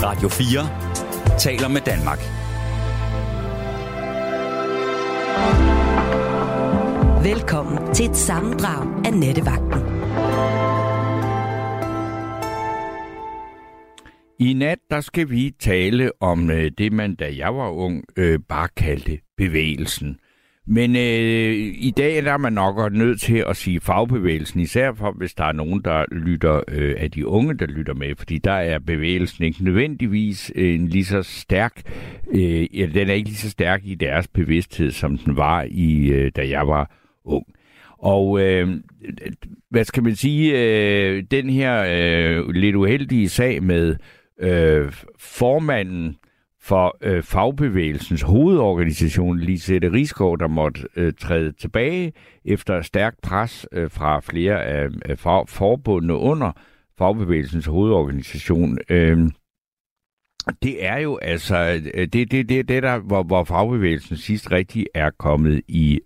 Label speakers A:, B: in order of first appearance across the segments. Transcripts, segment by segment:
A: Radio 4 taler med Danmark.
B: Velkommen til et sammendrag af Nattevagten.
C: I nat, der skal vi tale om det, man, da jeg var ung, bare kaldte bevægelsen. Men i dag der er man nok nødt til at sige fagbevægelsen, især for, hvis der er nogen, der lytter af de unge, der lytter med, fordi der er bevægelsen ikke nødvendigvis en lige så stærk, den er ikke lige så stærk i deres bevidsthed, som den var da jeg var ung. Og hvad skal man sige, den her lidt uheldige sag med formanden for fagbevægelsens hovedorganisation, Lizette Risgaard, der måtte træde tilbage efter stærkt pres fra flere af forbundene under fagbevægelsens hovedorganisation. Det er jo altså det der, hvor fagbevægelsen sidst rigtig er kommet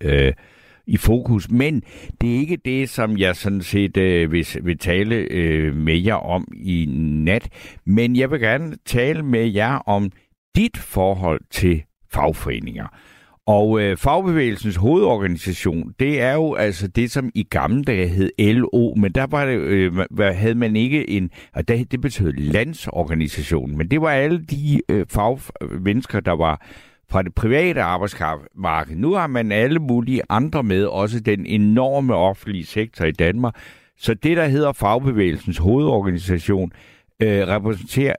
C: i fokus. Men det er ikke det, som jeg sådan set vil tale med jer om i nat. Men jeg vil gerne tale med jer om dit forhold til fagforeninger. Og fagbevægelsens hovedorganisation, det er jo altså det, som i gamle dage hed LO, men der var det, havde man ikke en, og det betød landsorganisation, men det var alle de fagmennesker, der var fra det private arbejdsmarked. Nu har man alle mulige andre med, også den enorme offentlige sektor i Danmark. Så det, der hedder fagbevægelsens hovedorganisation, repræsenterer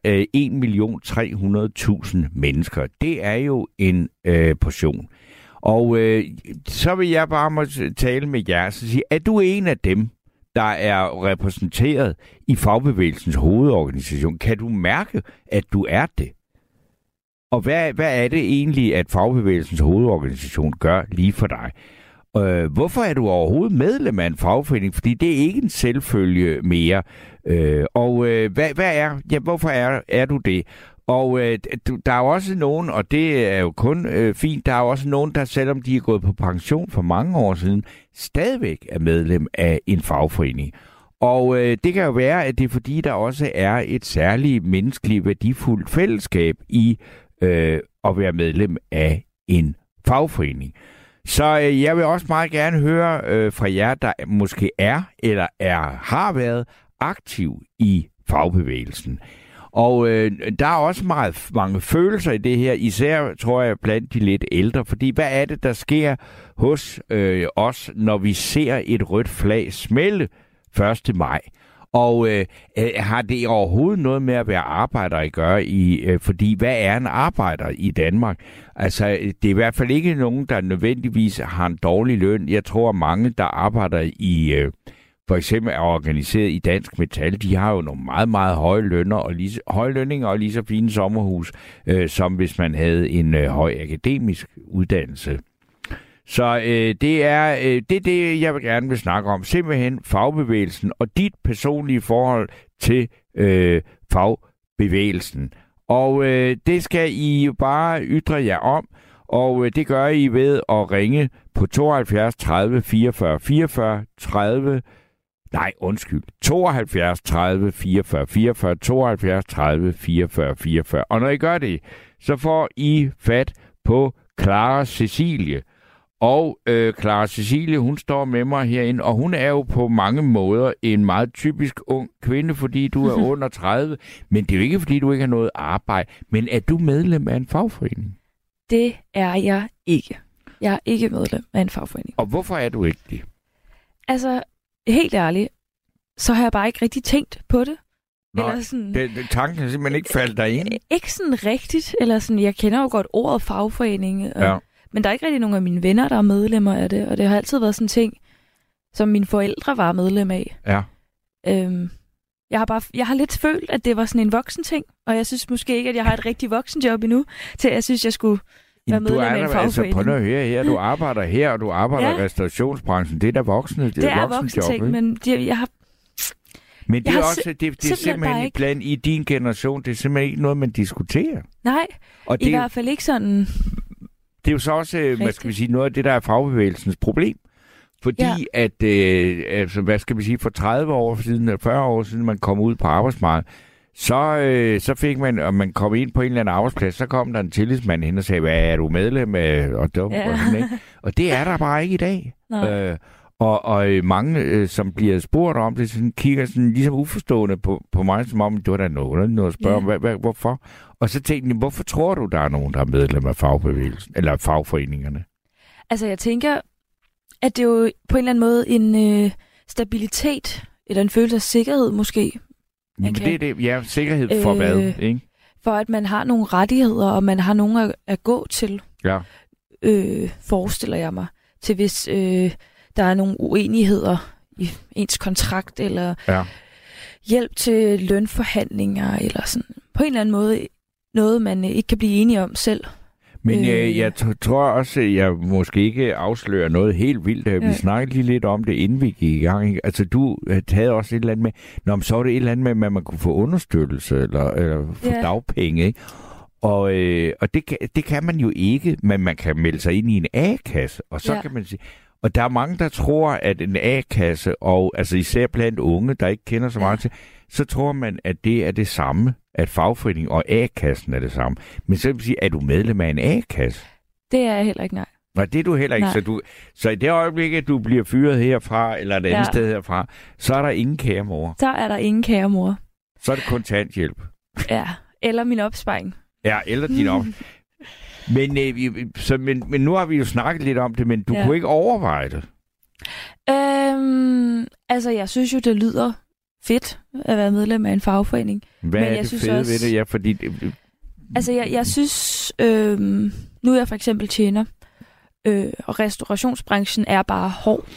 C: 1.300.000 mennesker. Det er jo en portion. Og så vil jeg bare måtte tale med jer og sige, er du en af dem, der er repræsenteret i fagbevægelsens hovedorganisation? Kan du mærke, at du er det? Og hvad er det egentlig, at fagbevægelsens hovedorganisation gør lige for dig? Hvorfor er du overhovedet medlem af en fagforening? Fordi det er ikke en selvfølge mere. Hvorfor er du det? Og der er også nogen, og det er jo kun fint, der er også nogen, der selvom de er gået på pension for mange år siden, stadigvæk er medlem af en fagforening. Og det kan jo være, at det er fordi, der også er et særligt menneskeligt værdifuldt fællesskab i at være medlem af en fagforening. Så jeg vil også meget gerne høre fra jer, der måske er eller har været aktiv i fagbevægelsen. Og der er også meget mange følelser i det her, især tror jeg blandt de lidt ældre, fordi hvad er det, der sker hos os, når vi ser et rødt flag smælde 1. maj? Og har det overhovedet noget med at være arbejder at gøre fordi hvad er en arbejder i Danmark? Altså, det er i hvert fald ikke nogen, der nødvendigvis har en dårlig løn. Jeg tror, at mange, der arbejder for eksempel er organiseret i Dansk Metal, de har jo nogle meget, meget høje lønninger og lige så fine sommerhus, som hvis man havde en høj akademisk uddannelse. Så det er det, jeg vil gerne vil snakke om. Simpelthen fagbevægelsen og dit personlige forhold til fagbevægelsen. Og det skal I jo bare ytre jer om, og det gør I ved at ringe på 72 30 44 44 72 30 44 44 72 30 44 44. Og når I gør det, så får I fat på Clara Cecilie. Og Clara Cecilie, hun står med mig herinde, og hun er jo på mange måder en meget typisk ung kvinde, fordi du er under 30. Men det er jo ikke, fordi du ikke har noget arbejde. Men er du medlem af en fagforening?
D: Det er jeg ikke. Jeg er ikke medlem af en fagforening.
C: Og hvorfor er du ikke det? Altså,
D: helt ærligt, så har jeg bare ikke rigtig tænkt på det.
C: Nå, eller sådan, tanken er simpelthen ikke faldet dig ind?
D: Ikke sådan rigtigt. Eller sådan, jeg kender jo godt ordet fagforening.
C: Ja.
D: Men der er ikke rigtig nogen af mine venner, der er medlemmer af det. Og det har altid været sådan en ting, som mine forældre var medlem af.
C: Ja.
D: Jeg har lidt følt, at det var sådan en voksen ting. Og jeg synes måske ikke, at jeg har et rigtig voksenjob endnu, til jeg synes, jeg skulle være medlem af en fagforening.
C: Altså, prøv at høre her. Du arbejder her, og du arbejder i restaurationsbranchen. Det er da voksne.
D: Det er voksen ting, men jeg har...
C: Men det er også det er simpelthen blandt i din generation, det er simpelthen ikke noget, man diskuterer.
D: Nej, og i hvert fald ikke sådan.
C: Det er jo så også, hvad skal vi sige, noget af det, der er fagbevægelsens problem. Fordi at, altså, hvad skal vi sige, for 30 år siden, eller 40 år siden, man kom ud på arbejdsmarkedet, Så fik man, og man kom ind på en eller anden arbejdsplads, så kom der en tillidsmand hen og sagde, hvad er du medlem af? Og sådan, ikke? Og det er der bare ikke i dag. Og mange, som bliver spurgt om det, sådan, kigger sådan, ligesom uforstående på mig, som om, det var der noget at spørge om, hvorfor? Og så tænkte jeg, hvorfor tror du, der er nogen, der er medlem af fagbevægelsen, eller fagforeningerne?
D: Altså, jeg tænker, at det er jo på en eller anden måde en stabilitet, eller en følelse af sikkerhed måske. Sikkerhed for hvad, ikke? For at man har nogle rettigheder, og man har nogen at gå til. Ja. Forestiller jeg mig. Til hvis der er nogle uenigheder i ens kontrakt, eller hjælp til lønforhandlinger, eller sådan. På en eller anden måde noget, man ikke kan blive enige om selv.
C: Men jeg tror også, at jeg måske ikke afslører noget helt vildt. Vi snakkede lige lidt om det, inden vi gik i gang. Ikke? Altså, du havde også et eller andet med... så var det et eller andet med, at man kunne få understøttelse, eller få dagpenge, ikke? Og det kan man jo ikke, men man kan melde sig ind i en A-kasse, og så kan man sige... Og der er mange, der tror, at en A-kasse, og altså især blandt unge, der ikke kender så meget til, så tror man, at det er det samme, at fagforening og A-kassen er det samme. Men så vil sige, er du medlem af en A-kasse?
D: Det er jeg heller ikke, nej.
C: Nej, det er du heller ikke. Så i det øjeblik, at du bliver fyret herfra, eller et andet sted herfra, så er der ingen kære mor.
D: Så er der ingen kære mor.
C: Så er det kontanthjælp.
D: Ja, eller min opsparing.
C: Ja, eller din opsparing. Men nu har vi jo snakket lidt om det, men du kunne ikke overveje det?
D: Altså, jeg synes jo, det lyder fedt at være medlem af en fagforening.
C: Hvad
D: men
C: er det fede ved det? Ja, fordi...
D: Altså, jeg synes... nu er jeg for eksempel tjener, og restaurationsbranchen er bare hård.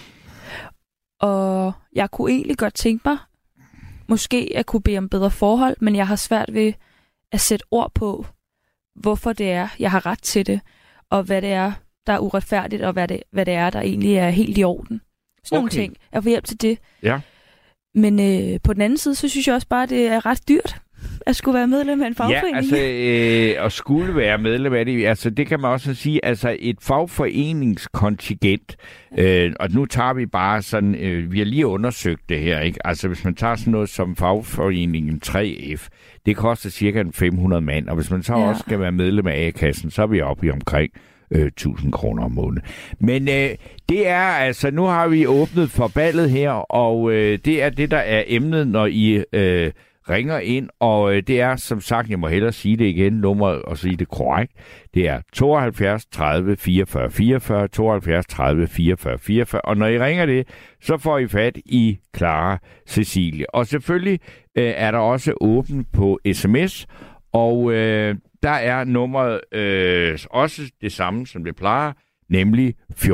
D: Og jeg kunne egentlig godt tænke mig, måske at kunne bede om bedre forhold, men jeg har svært ved at sætte ord på, hvorfor det er, jeg har ret til det, og hvad det er, der er uretfærdigt, og hvad det er, der egentlig er helt i orden. Sådan nogle ting. Jeg får hjælp til det. Ja. Men på den anden side, så synes jeg også bare, at det er ret dyrt at skulle være medlem af en fagforening.
C: Ja, altså at skulle være medlem af det, altså det kan man også sige, altså et fagforeningskontingent, og nu tager vi bare sådan, vi har lige undersøgt det her, ikke? Altså hvis man tager sådan noget som fagforeningen 3F, det koster cirka 500 mand, og hvis man så også skal være medlem af A-kassen, så er vi oppe i omkring 1.000 kroner om måneden. Men det er altså, nu har vi åbnet for ballet her, og det er det, der er emnet, når I ringer ind, og det er, som sagt, jeg må hellere sige det igen, nummeret og sige det korrekt. Det er 72 30 44 44, 72 30 44 44, og når I ringer det, så får I fat i Clara Cecilie. Og selvfølgelig er der også åbent på sms, og der er nummeret også det samme, som det plejer, nemlig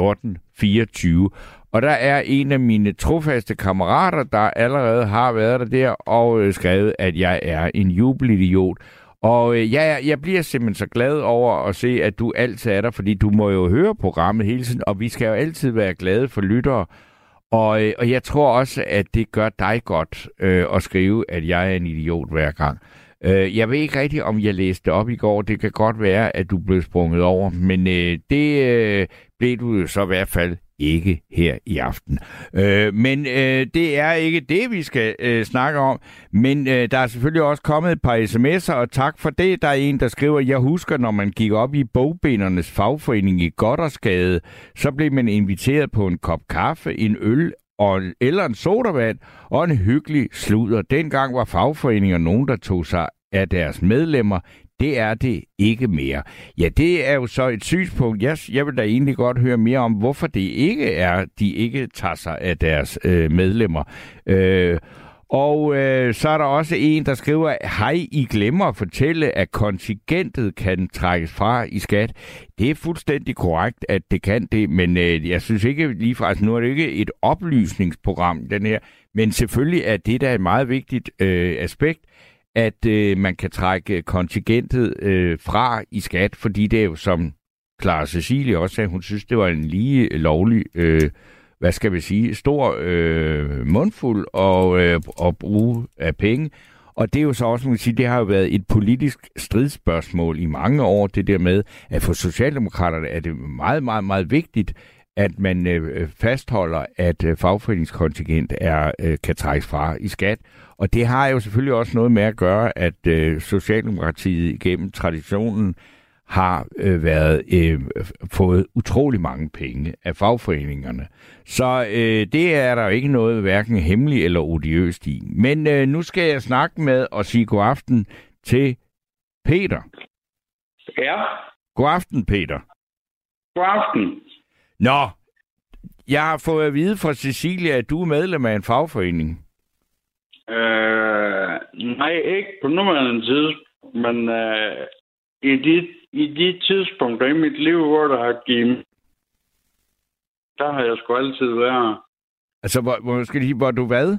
C: 1424. Og der er en af mine trofaste kammerater, der allerede har været der og skrevet, at jeg er en jubelidiot. Og jeg bliver simpelthen så glad over at se, at du altid er der, fordi du må jo høre programmet hele tiden, og vi skal jo altid være glade for lyttere. Og jeg tror også, at det gør dig godt at skrive, at jeg er en idiot hver gang. Jeg ved ikke rigtigt, om jeg læste op i går. Det kan godt være, at du blev sprunget over, men det blev du jo så i hvert fald ikke her i aften. Men det er ikke det, vi skal snakke om. Men der er selvfølgelig også kommet et par sms'er, og tak for det. Der er en, der skriver, jeg husker, når man gik op i Bogbinernes fagforening i Goddersgade, så blev man inviteret på en kop kaffe, en øl eller en sodavand og en hyggelig sludder. Dengang var fagforeninger nogen, der tog sig af deres medlemmer. Det er det ikke mere. Ja, det er jo så et synspunkt. Jeg vil da egentlig godt høre mere om, hvorfor det ikke er, de ikke tager sig af deres medlemmer. Og så er der også en, der skriver, hej, I glemmer at fortælle, at kontingentet kan trækkes fra i skat. Det er fuldstændig korrekt, at det kan det, men jeg synes ikke ligefrem, altså nu er det ikke et oplysningsprogram, den her, men selvfølgelig er det da et meget vigtigt aspekt, at man kan trække kontingentet fra i skat, fordi det er jo, som Clara Cecilie også sagde, hun synes, det var en lige lovlig hvad skal vi sige, stor mundfuld og bruge af penge. Og det er jo så også, man kan sige, det har jo været et politisk stridsspørgsmål i mange år, det der med, at for Socialdemokraterne er det meget, meget, meget vigtigt, at man fastholder, at fagforeningskontingent kan trækkes fra i skat. Og det har jo selvfølgelig også noget med at gøre, at Socialdemokratiet gennem traditionen har fået utrolig mange penge af fagforeningerne. Så det er der jo ikke noget hverken hemmeligt eller odiøst i. Men nu skal jeg snakke med og sige god aften til Peter.
E: Ja.
C: God aften, Peter.
E: God aften.
C: Nå, jeg har fået at vide fra Cecilia, at du er medlem af en fagforening.
E: Nej, ikke på nuværende tidspunkt, men i de tidspunkter i mit liv, hvor der har givet, der har jeg sgu altid været.
C: Altså, hvor du hvad?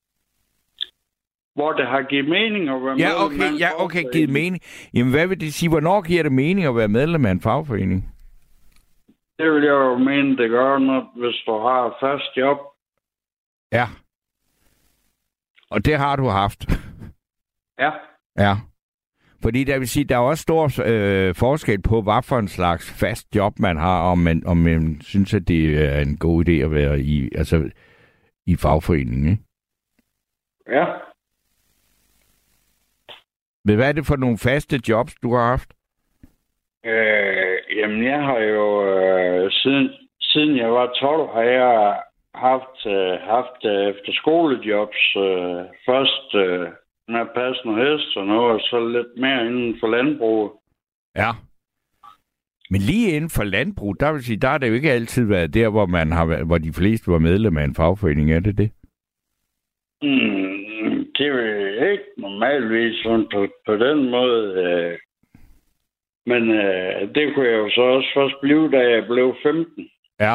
E: Hvor det har givet mening at være medlem af en
C: okay, givet mening. Jamen, hvad vil det sige? Hvornår giver det mening at være medlem af en fagforening?
E: Det vil jeg jo mene, det gør, hvis du har fast job.
C: Ja. Og det har du haft.
E: Ja.
C: Ja. Fordi der vil sige, der er også stor forskel på, hvad for en slags fast job man har, om man synes, at det er en god idé at være i fagforeningen, ikke?
E: Ja.
C: Men hvad er det for nogle faste jobs, du har haft?
E: Jamen, jeg har jo siden jeg var 12, har jeg haft efter skolejobs. Først med at passe nogle heste og noget, og så lidt mere inden for landbrug.
C: Ja. Men lige inden for landbrug, der vil sige, der har det jo ikke altid været der, hvor de fleste var medlem af en fagforening. Er det det?
E: Det er jo ikke normalvis på den måde. Men det kunne jeg jo så også først blive, da jeg blev 15.
C: Ja.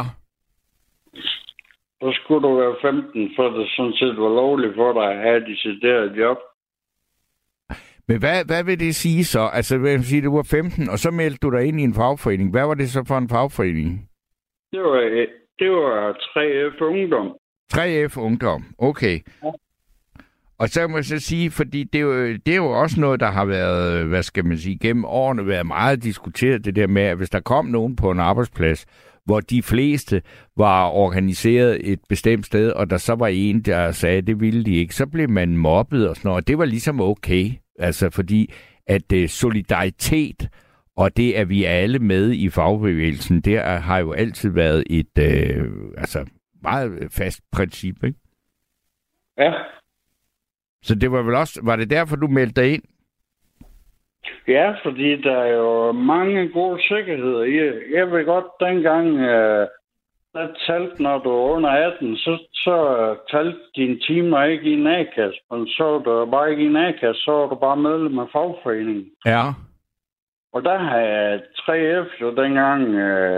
E: Så skulle du være 15, for det sådan set var lovligt for dig at have et decideret job.
C: Men hvad vil det sige så? Altså, hvad vil sige, du var 15, og så meldte du dig ind i en fagforening. Hvad var det så for en fagforening?
E: Det var 3F Ungdom.
C: 3F Ungdom, okay. Ja. Og så må jeg så sige, fordi det er jo også noget, der har været, hvad skal man sige, gennem årene været meget diskuteret, det der med, at hvis der kom nogen på en arbejdsplads, hvor de fleste var organiseret et bestemt sted, og der så var en, der sagde, at det ville de ikke, så blev man mobbet og sådan noget, og det var ligesom okay. Altså fordi, at solidaritet, og det, at vi er alle med i fagbevægelsen, det har jo altid været et meget fast princip, ikke?
E: Ja.
C: Så det var vel også, var det derfor, du meldte dig ind?
E: Ja, fordi der er jo mange gode sikkerheder i. Jeg vil godt dengang, der talte, når du var under 18, så talte dine timer ikke i en A-kasse. Og så var du bare ikke i en A-kasse, så var du bare medlem af fagforeningen.
C: Ja. Og
E: der har jeg 3F jo dengang,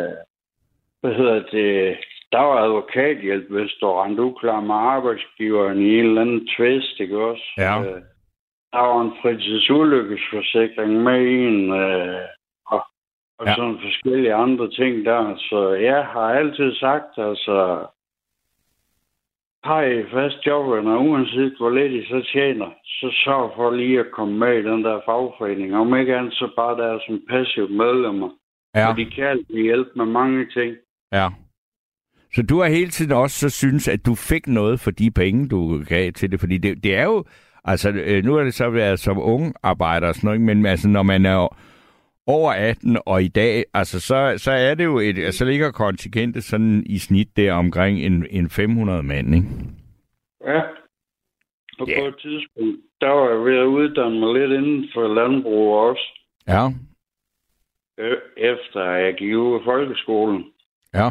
E: der var advokathjælp, hvis du rendte uklar med arbejdsgiveren i en eller anden tvist, ikke også?
C: Ja.
E: Der var en fritidsulykkesforsikring med en, og
C: ja.
E: Sådan forskellige andre ting der. Så jeg har altid sagt, altså, har I fast job, og uanset hvor lidt I så tjener, så sørg for lige at komme med i den der fagforening. Om ikke andet, så bare der som passive medlemmer.
C: Ja.
E: Og de kan altid hjælpe med mange ting.
C: Ja. Så du har hele tiden også så synes, at du fik noget for de penge, du gav til det. Fordi det er jo, altså nu har det så været som unge arbejder og sådan noget, men altså når man er over 18 og i dag, altså så er det jo så ligger kontingentet sådan i snit der omkring en 500 mand, ikke?
E: Ja. Og på et tidspunkt, der var jeg ved at uddanne mig lidt inden for landbrug også.
C: Ja.
E: Efter jeg gik ud af folkeskolen.
C: Ja.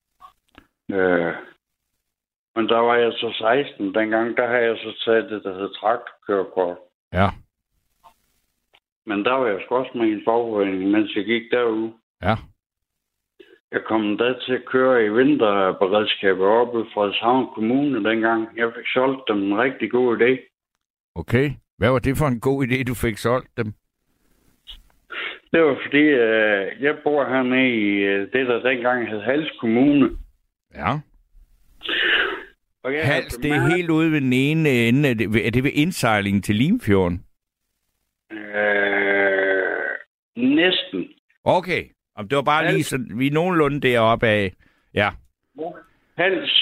E: Men der var jeg så 16. Dengang, der havde jeg så taget det, der hed traktorkørekort. Ja. Men der var jeg sgu også med i en fagforening, mens jeg gik derude.
C: Ja.
E: Jeg kom da til at køre i vinterberedskabet oppe i Frederikshavn Kommune dengang. Jeg fik solgt dem en rigtig god idé.
C: Okay. Hvad var det for en god idé, du fik solgt dem?
E: Det var fordi, jeg bor hernede i det, der dengang hed Hals Kommune.
C: Ja. Hals, det er helt ude ved den ene ende. Er det ved indsejlingen til Limfjorden?
E: Næsten.
C: Okay. Det var bare lige så, vi er nogenlunde deroppe af. Ja.
E: Hals,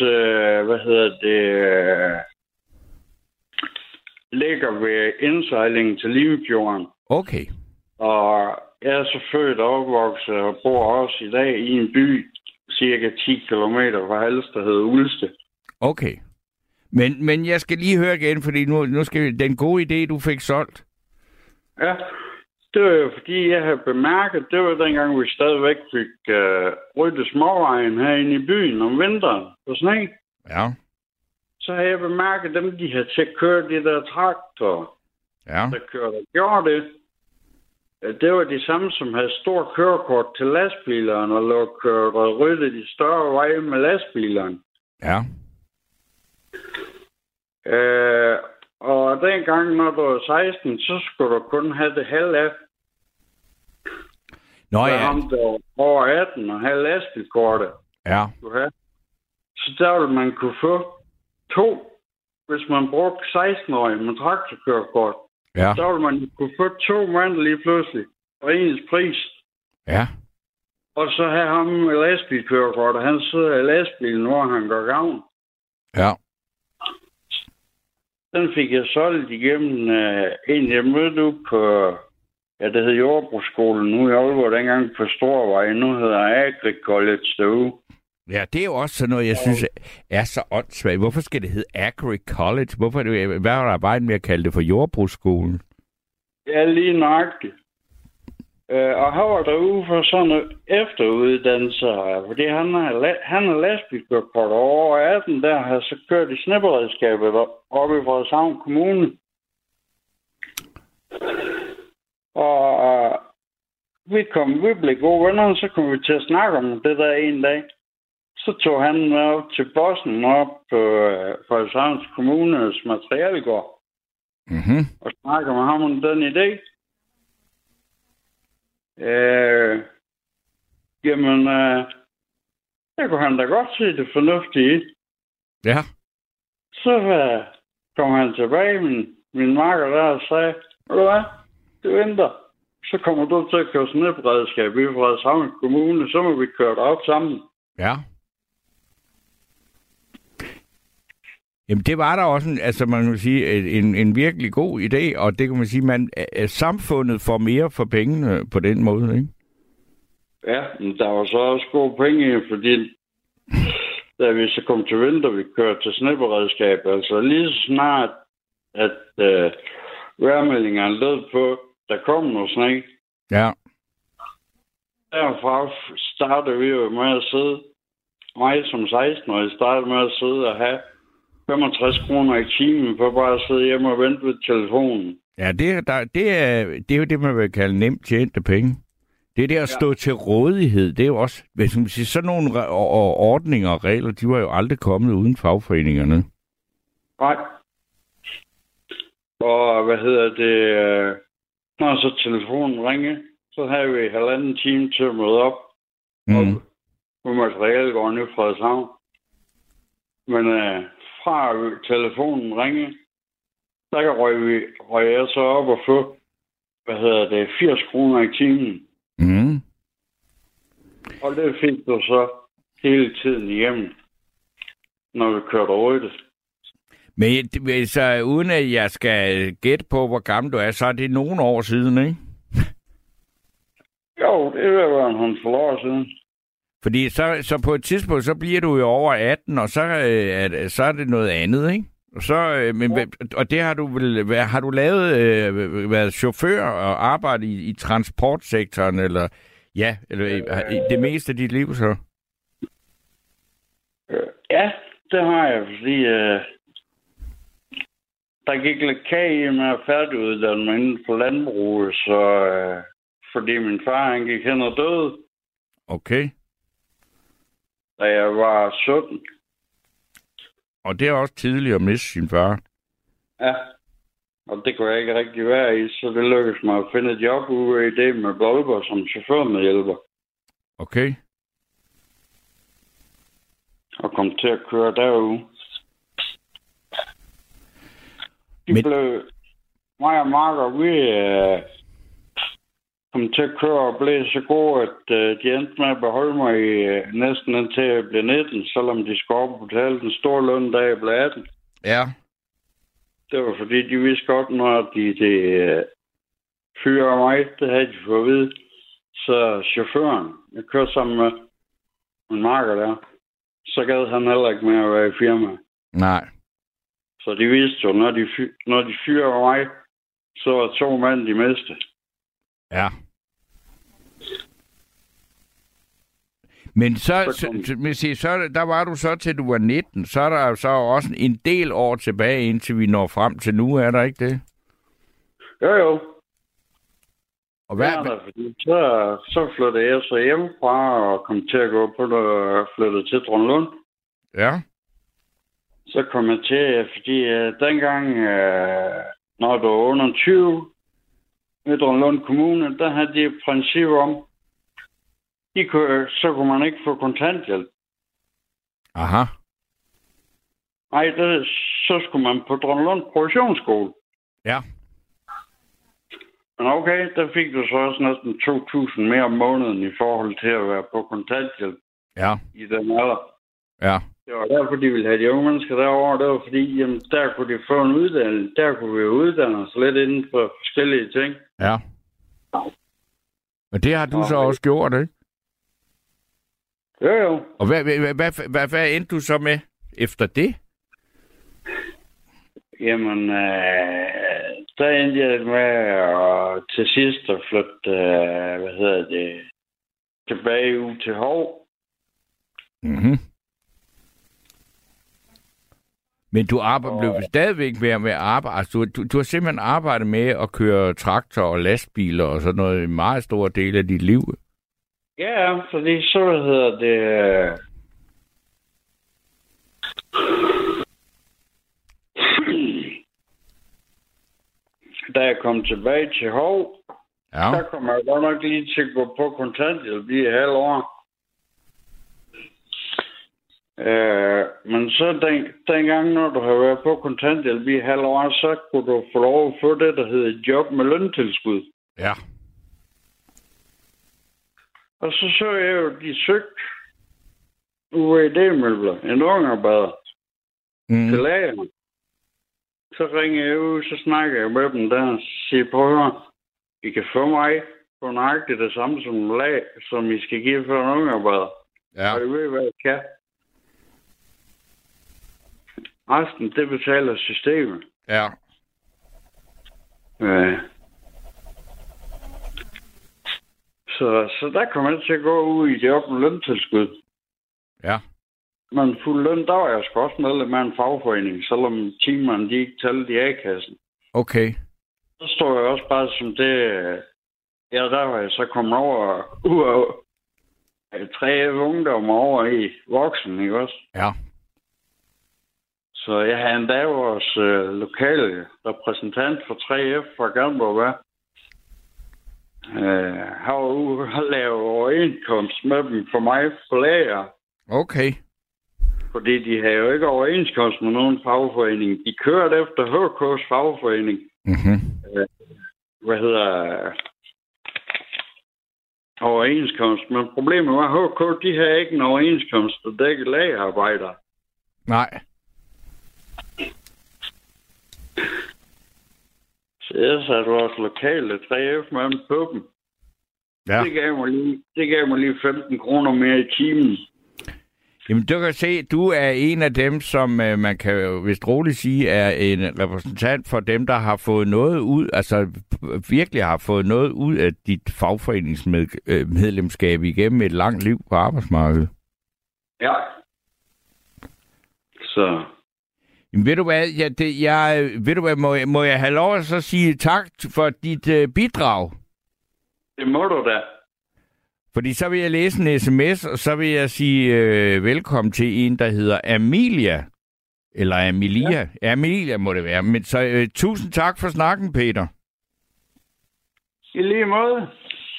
E: ligger ved indsejlingen til Limfjorden.
C: Okay.
E: Og jeg er så født og opvokset og bor også i dag i en by cirka 10 kilometer fra Hals, der hedder Ulste.
C: Okay. Men jeg skal lige høre igen, fordi nu skal vi... Den gode idé, du fik solgt.
E: Ja, det var jo fordi, jeg havde bemærket, det var dengang, vi stadigvæk fik ryddet småvejen herinde i byen om vinteren på sne.
C: Ja.
E: Så havde jeg bemærket dem, de havde til at køre de der traktorer, der gjorde det. Det var de samme, som havde stor kørekort til lastbilerne og lå kørt og ryddet de større veje med lastbilerne.
C: Ja.
E: Og dengang, når du var 16, så skulle du kun have det halv af.
C: Nå ja.
E: Ham, der var over 18 og have lastbilkortet.
C: Ja.
E: Så der ville man kunne få 2, hvis man brugte 16-årige med traktorkørekort.
C: Ja.
E: Så ville man kunne få 2 mand lige pludselig for ens pris.
C: Ja.
E: Og så have ham med lastbilkørekort, og han sidder i lastbilen, hvor han går gavn.
C: Ja.
E: Den fik jeg solgt igennem en, jeg mødte op på, det hed Jordbrugsskolen nu i Aalborg, dengang på Storvej. Nu hedder Agri College derude.
C: Ja, det er jo også sådan noget, jeg synes er så åndssvagt. Hvorfor skal det hedde Agri College? Hvad var der arbejde med at kalde det for Jordbrugsskolen?
E: Ja, lige nøjagtigt. Og han var derude for sådan noget efteruddannelse, fordi han er lastbilkørekort over 18, der har så kørt i sneberedskabet oppe i Frederikshavn Kommune. Og vi blev gode venner, og så kom vi til at snakke om det der en dag. Så tog han op til bossen op på Frederikshavns Kommunes materialegård.
C: Mhm.
E: Og snakkede med ham om den idé. Det kunne han da godt se det fornuftige i.
C: Ja.
E: Så kom han tilbage, min makker der, og sagde, ved du hvad, det venter. Så kommer du til at køre sneberedskab i Frederikshavn Kommune, så må vi køre det op sammen.
C: Ja. Jamen, det var der også man kan sige, en virkelig god idé, og det kan man sige, samfundet får mere for pengene på den måde, ikke?
E: Ja, men der var så også gode penge, fordi da vi så kom til vinter, vi kørte til sneberedskab, altså lige så snart, at vejrmeldingerne lød på, der kom noget sne.
C: Ja.
E: Derfra startede vi jo med at sidde, mig som 16-årig startede med at sidde og have 65 kroner i timen for bare at sidde hjemme og vente ved telefonen.
C: Ja, det er jo det, man vil kalde nemt tjente penge. Det er det at stå til rådighed. Det er jo også, hvis man siger, sådan nogle ordninger og regler, de var jo aldrig kommet uden fagforeningerne.
E: Nej. Og når så telefonen ringede, så havde vi 1,5 time til at møde op. Og på materialegården i Frederikshavn. Men fra telefonen ringede, der røg jeg så op og få, 80 kroner i timen.
C: Mm.
E: Og det fik du så hele tiden igennem, når vi kørte over det.
C: Men så uden at jeg skal gætte på, hvor gammel du er, så er det nogle år siden, ikke?
E: Jo, det var en håndfuld år siden.
C: Fordi så på et tidspunkt, så bliver du jo over 18, og så er det noget andet, ikke? Og så, og det har du vel, har du lavet, været chauffør og arbejdet i transportsektoren, eller det meste af dit liv, så?
E: Ja, det har jeg, fordi der gik lidt kage med at færdiguddanne mig inden for landbruget, så fordi min far, han gik hen og døde.
C: Okay.
E: Da jeg var 17.
C: Og det er også tidligt at miste sin far.
E: Ja, og det kunne jeg ikke rigtig være i, så det lykkedes mig at finde et job ude i det med Volvo som chaufførmedhjælper.
C: Okay.
E: Og kom til at køre derude. Mig og Marker, vi kom til at køre og blev så gode, at de endte med at beholde mig næsten indtil jeg blev 19, selvom de skulle op og betale den store løn, da jeg blev 18.
C: Ja.
E: Det var fordi, de vidste godt, når de fyrer mig, det havde de fået at vide. Så chaufføren, jeg kørte sammen med en marker der, så gad han heller ikke med at være i firma.
C: Nej.
E: Så de vidste jo, når de fyrer mig, så var 2 mand de miste.
C: Ja. Men så der var du så til du var 19. Så er der så også en del år tilbage, indtil vi når frem til nu, er der ikke det?
E: Jo.
C: Og hvad?
E: Ja, fordi så flyttede jeg så hjemmefra og kom til at gå på det og flyttede til Drønlund.
C: Ja.
E: Så kom jeg til, fordi dengang, når du var under 20 i Drønlund Kommune, der havde de et princip om, så kunne man ikke få kontanthjælp.
C: Aha.
E: Nej, så skulle man på Drønlund Produktionsskole.
C: Ja.
E: Men okay, der fik du så også næsten 2.000 mere om måneden i forhold til at være på kontanthjælp.
C: Ja.
E: I den alder.
C: Ja.
E: Det var derfor, de ville have de unge mennesker derovre. Det var fordi, jamen, der kunne de få en uddannelse. Der kunne vi uddanne os lidt inden for forskellige ting.
C: Ja. Og det har du så også gjort, ikke?
E: Jo.
C: Og hvad endte du så med efter det?
E: Jamen, der endte jeg med at til sidst at flytte, tilbage ud til Hov.
C: Mhm. Men du blev stadigvæk med at arbejde. Altså, du har simpelthen arbejdet med at køre traktor og lastbiler og sådan noget en meget stor del af dit liv.
E: Ja, fordi så da jeg kom tilbage til Hov, der kom jeg godt nok lige til at gå på kontanthjælp i et halvt år. Men så dengang, når du har været på kontanthjælp i et halvt år, så kunne du få lov at få det, der hedder job med løntilskud.
C: Ja.
E: Og så jeg jo, de søgte UAD-møbler, en ungarbejder, til lagerne. Så ringer jeg ud, så snakker jeg med dem der og siger, prøv at høre, I kan få mig på nøjagtigt det samme som lag, som I skal give for en ungarbejder.
C: Ja.
E: Og I ved, hvad jeg kan. Resten, det betaler systemet.
C: Ja.
E: Så der kommer jeg til at gå ud i job med løntilskud.
C: Ja.
E: Men fuld løn, der var jeg sgu også medlem af en fagforening, selvom timerne de ikke talte i A-kassen.
C: Okay.
E: Så står jeg også bare som det... Ja, der var jeg så kommet over 3 ungdommer over i voksen, ikke også?
C: Ja.
E: Så jeg havde endda vores lokale repræsentant for 3F fra Gamborg, har jo lavet overenskomst med dem for mig for lager. Okay. Fordi de har jo ikke overenskomst med nogen fagforening. De kørte efter HK's fagforening.
C: Mhm.
E: Overenskomst. Men problemet var, at HK, de har ikke en overenskomst, der dækker lagerarbejdere.
C: Nej.
E: Så jeg satte vores lokale 3F-mand på dem. Ja. Det gav mig lige 15 kroner mere i timen.
C: Jamen, du kan se, du er en af dem, som man kan jo vist roligt sige, er en repræsentant for dem, der har fået noget ud, altså virkelig har fået noget ud af dit fagforeningsmedlemskab igennem et langt liv på arbejdsmarkedet.
E: Ja. Så...
C: Jamen, ved du hvad, må jeg have lov at så sige tak for dit bidrag?
E: Det må du da.
C: Fordi så vil jeg læse en sms, og så vil jeg sige velkommen til en, der hedder Amelia. Eller Amelia. Ja. Amelia må det være. Men så tusind tak for snakken, Peter.
E: I lige måde.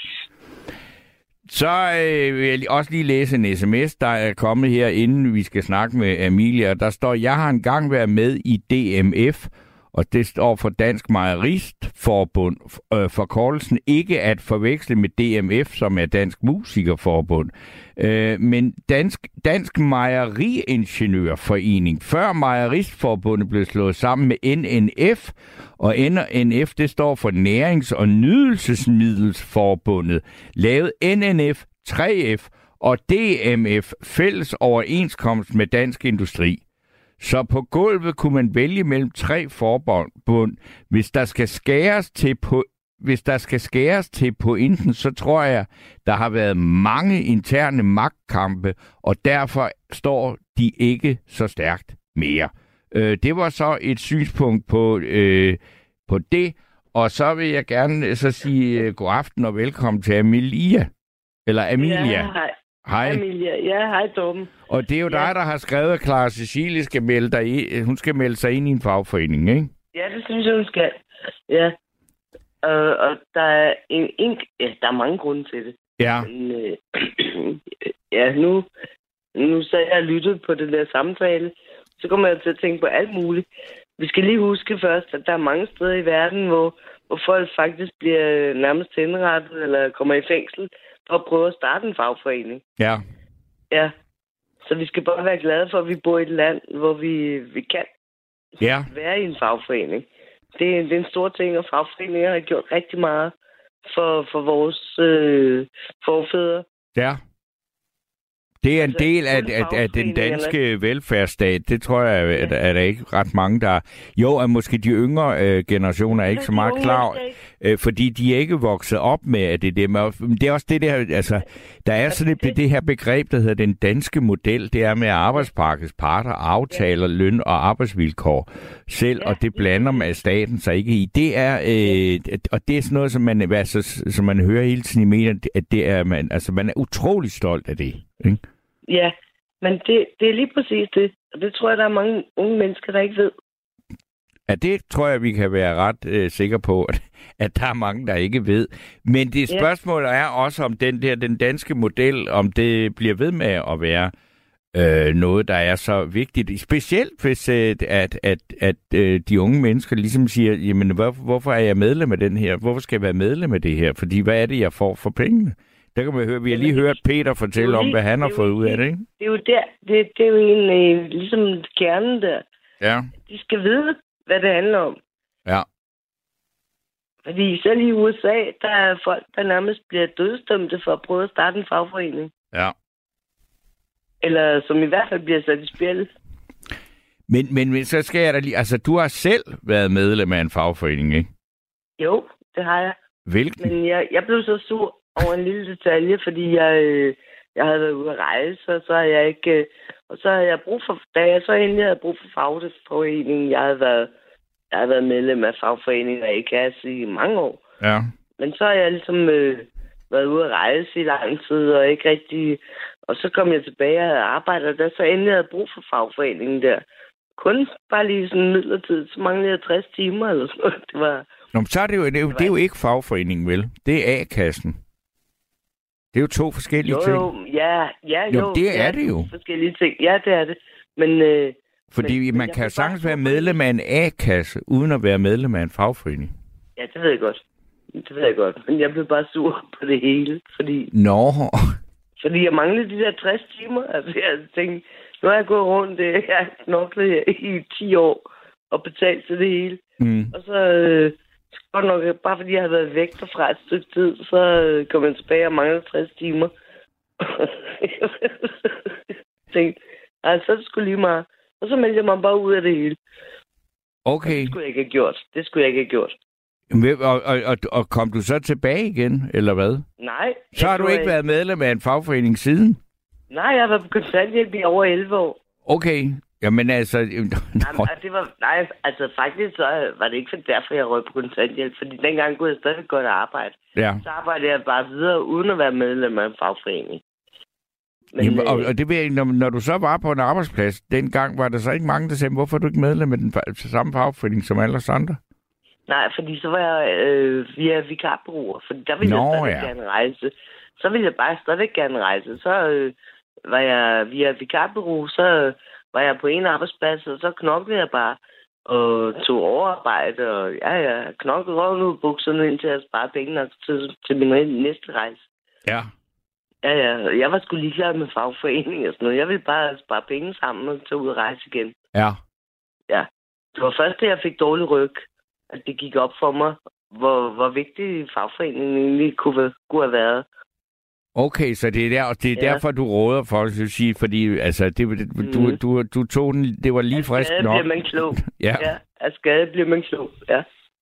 C: Så vil jeg også lige læse en sms, der er kommet her, inden vi skal snakke med Amelia. Der står, jeg har engang været med i DMF, og det står for Dansk Mejeristforbund. Forkortelsen ikke at forveksle med DMF, som er Dansk Musikerforbund, men Dansk Mejeriingeniørforening. Før Mejeristforbundet blev slået sammen med NNF, og NNF det står for Nærings- og Nydelsesmiddelsforbundet, lavede NNF 3F og DMF fælles overenskomst med Dansk Industri. Så på gulvet kunne man vælge mellem 3 forbund. Hvis der skal skæres til pointen, så tror jeg, der har været mange interne magtkampe, og derfor står de ikke så stærkt mere. Det var så et synspunkt på det, og så vil jeg gerne så sige god aften og velkommen til Amelia. Eller Amelia.
F: Ja, hej.
C: Hej.
F: Amelia. Ja, hej Torben.
C: Og det er jo dig, der har skrevet, at Clara Cecilie skal hun skal melde sig ind i en fagforening, ikke?
F: Ja, det synes jeg, hun skal. Ja. Og der er der er mange grunde til det.
C: Ja.
F: Men, ja, nu så jeg lyttet på det der samtale, så kommer jeg til at tænke på alt muligt. Vi skal lige huske først, at der er mange steder i verden, hvor folk faktisk bliver nærmest henrettet eller kommer i fængsel for at prøve at starte en fagforening.
C: Ja.
F: Ja. Så vi skal bare være glade for, at vi bor i et land, hvor vi kan være i en fagforening. Det er en stor ting, og fagforeninger har gjort rigtig meget for vores forfædre.
C: Ja. Det er en del af den danske velfærdsstat. Det tror jeg, er der ikke ret mange, der... Jo, at måske de yngre generationer er ikke så meget klar, fordi de er ikke vokset op med, at det er det. Men det er også det der... Altså, der er sådan det her begreb, der hedder den danske model. Det er med arbejdsmarkedets parter, aftaler, løn og arbejdsvilkår selv, og det blander med staten sig ikke i. Det er... og det er sådan noget, som man hører hele tiden i medierne, at det er... man er utrolig stolt af det. Ikke?
F: Ja, men det er lige præcis det. Og det tror jeg, der er mange unge mennesker, der ikke ved.
C: Ja, det tror jeg, vi kan være ret sikre på, at der er mange, der ikke ved. Men det spørgsmål er også, om den danske model, om det bliver ved med at være noget, der er så vigtigt. Specielt hvis at de unge mennesker ligesom siger, jamen hvorfor er jeg medlem af den her? Hvorfor skal jeg være medlem af det her? Fordi hvad er det, jeg får for pengene? Der kan man høre, vi har lige hørt Peter fortælle om, hvad han har fået ud af det, ikke?
F: Det er jo der, det er jo ligesom kernen der.
C: Ja.
F: De skal vide, hvad det handler om.
C: Ja.
F: Fordi selv i USA, der er folk, der nærmest bliver dødsdømte for at prøve at starte en fagforening.
C: Ja.
F: Eller som i hvert fald bliver sat i spil.
C: Men så skal jeg da lige... Altså, du har selv været medlem af en fagforening, ikke?
F: Jo, det har jeg.
C: Hvilken?
F: Men jeg blev så sur over en lille detalje, fordi jeg havde været ude at rejse, og så har jeg ikke... Og så havde jeg brug for... Da jeg så endelig havde brug for fagforeningen, jeg havde været medlem af fagforeningen og A-kasse i mange år.
C: Ja.
F: Men så har jeg ligesom været ude at rejse i lang tid, og ikke rigtig... Og så kom jeg tilbage og havde arbejdet, og da så endelig havde brug for fagforeningen der. Kun bare lige sådan midlertidigt, så manglede jeg 60 timer eller sådan noget. Det var...
C: Nå, men så er det er jo ikke fagforeningen, vel? Det er A-kassen. Det er jo to forskellige ting.
F: Jo,
C: det er det jo.
F: Forskellige ting. Ja, det er det. Men...
C: Fordi man kan jo sagtens være medlem af en A-kasse, uden at være medlem af en fagforening.
F: Ja, det ved jeg godt. Men jeg blev bare sur på det hele, fordi...
C: Nå...
F: Fordi jeg manglede de der 60 timer. Altså, jeg tænkte, nu har jeg gået rundt, jeg har knoklet i 10 år og betalt til det hele.
C: Mm.
F: Og så, godt nok, bare fordi jeg havde været væk derfra et stykke tid, så kom jeg tilbage og manglede 60 timer. Jeg tænkte, altså, så er det sgu lige meget. Og så meldte jeg mig bare ud af det hele.
C: Okay.
F: Det skulle jeg ikke have gjort.
C: Og kom du så tilbage igen, eller hvad?
F: Nej.
C: Så har du ikke været medlem af en fagforening siden?
F: Nej, jeg har været på kontanthjælp i over 11 år.
C: Okay. Jamen altså...
F: faktisk så var det ikke derfor, jeg røg på kontanthjælp. Fordi dengang kunne jeg stadig godt arbejde.
C: Ja.
F: Så arbejdede jeg bare videre, uden at være medlem af en fagforening.
C: Men, jamen, og det ved jeg, når du så var på en arbejdsplads, dengang var der så ikke mange, der sagde, hvorfor er du ikke medlem af den samme fagforening som alle os andre?
F: Nej, fordi så var jeg via vikarbureauer, for der ville jeg stadig gerne rejse. Så ville jeg bare stadig gerne rejse. Så var jeg via vikarbureau, så var jeg på en arbejdsplads, og så knoklede jeg bare. og tog overarbejde, og knoklede røven ud bukserne ind til at spare penge og til min næste rejse.
C: Ja.
F: Ja. Jeg var sgu ligeglad med fagforening og sådan noget. Jeg ville bare spare penge sammen og tage ud og rejse igen.
C: Ja.
F: Ja. Det var først, da jeg fik dårlig ryg, at det gik op for mig, hvor vigtig fagforeningen egentlig kunne have været.
C: Okay, så det er derfor, du råder folk, så at sige, fordi altså, du tog den, det var lige frisk nok.
F: Af skade bliver man klog.
C: Ja.
F: Af skade bliver man klog, ja.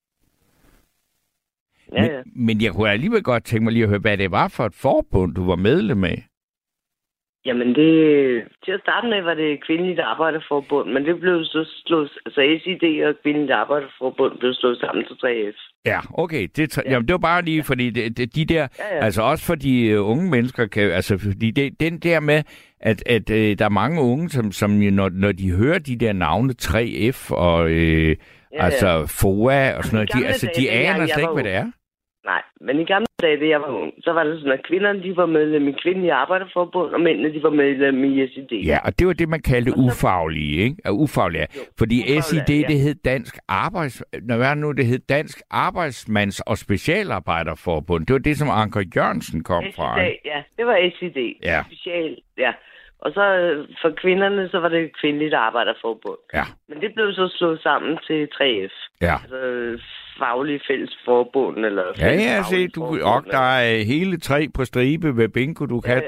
C: Men jeg kunne alligevel godt tænke mig lige at høre, hvad det var for et forbund, du var medlem af.
F: Jamen, til at starte med var det Kvindeligt Arbejderforbund, men det blev så slået, altså SID og Kvindeligt Arbejderforbund blev slået sammen til 3F.
C: Ja, okay. Jamen, det var bare lige, fordi de der, altså også for de unge mennesker, fordi den der med, at der er mange unge, som når de hører de der navne 3F og altså FOA og sådan noget, de aner slet ikke, hvad det er.
F: Nej, men i gamle dage, da jeg var ung, så var det sådan, at kvinderne de var medlem i Kvindelige Arbejderforbund, og mændene de var medlem i SID.
C: Ja, og det var det, man kaldte ufaglige, ikke? Ufaglige. Fordi SID, det hed Dansk det hed Dansk Arbejdsmands- og Specialarbejderforbund. Det var det, som Anker Jørgensen kom fra.
F: Ja, det var SID.
C: Ja.
F: Special, ja. Og så for kvinderne, så var det Kvindeligt Arbejderforbund.
C: Ja.
F: Men det blev så slået sammen til 3F.
C: Ja.
F: Altså faglige fællesforbund, eller...
C: Ja, se, der er hele 3 på stribe ved bingo, du kan...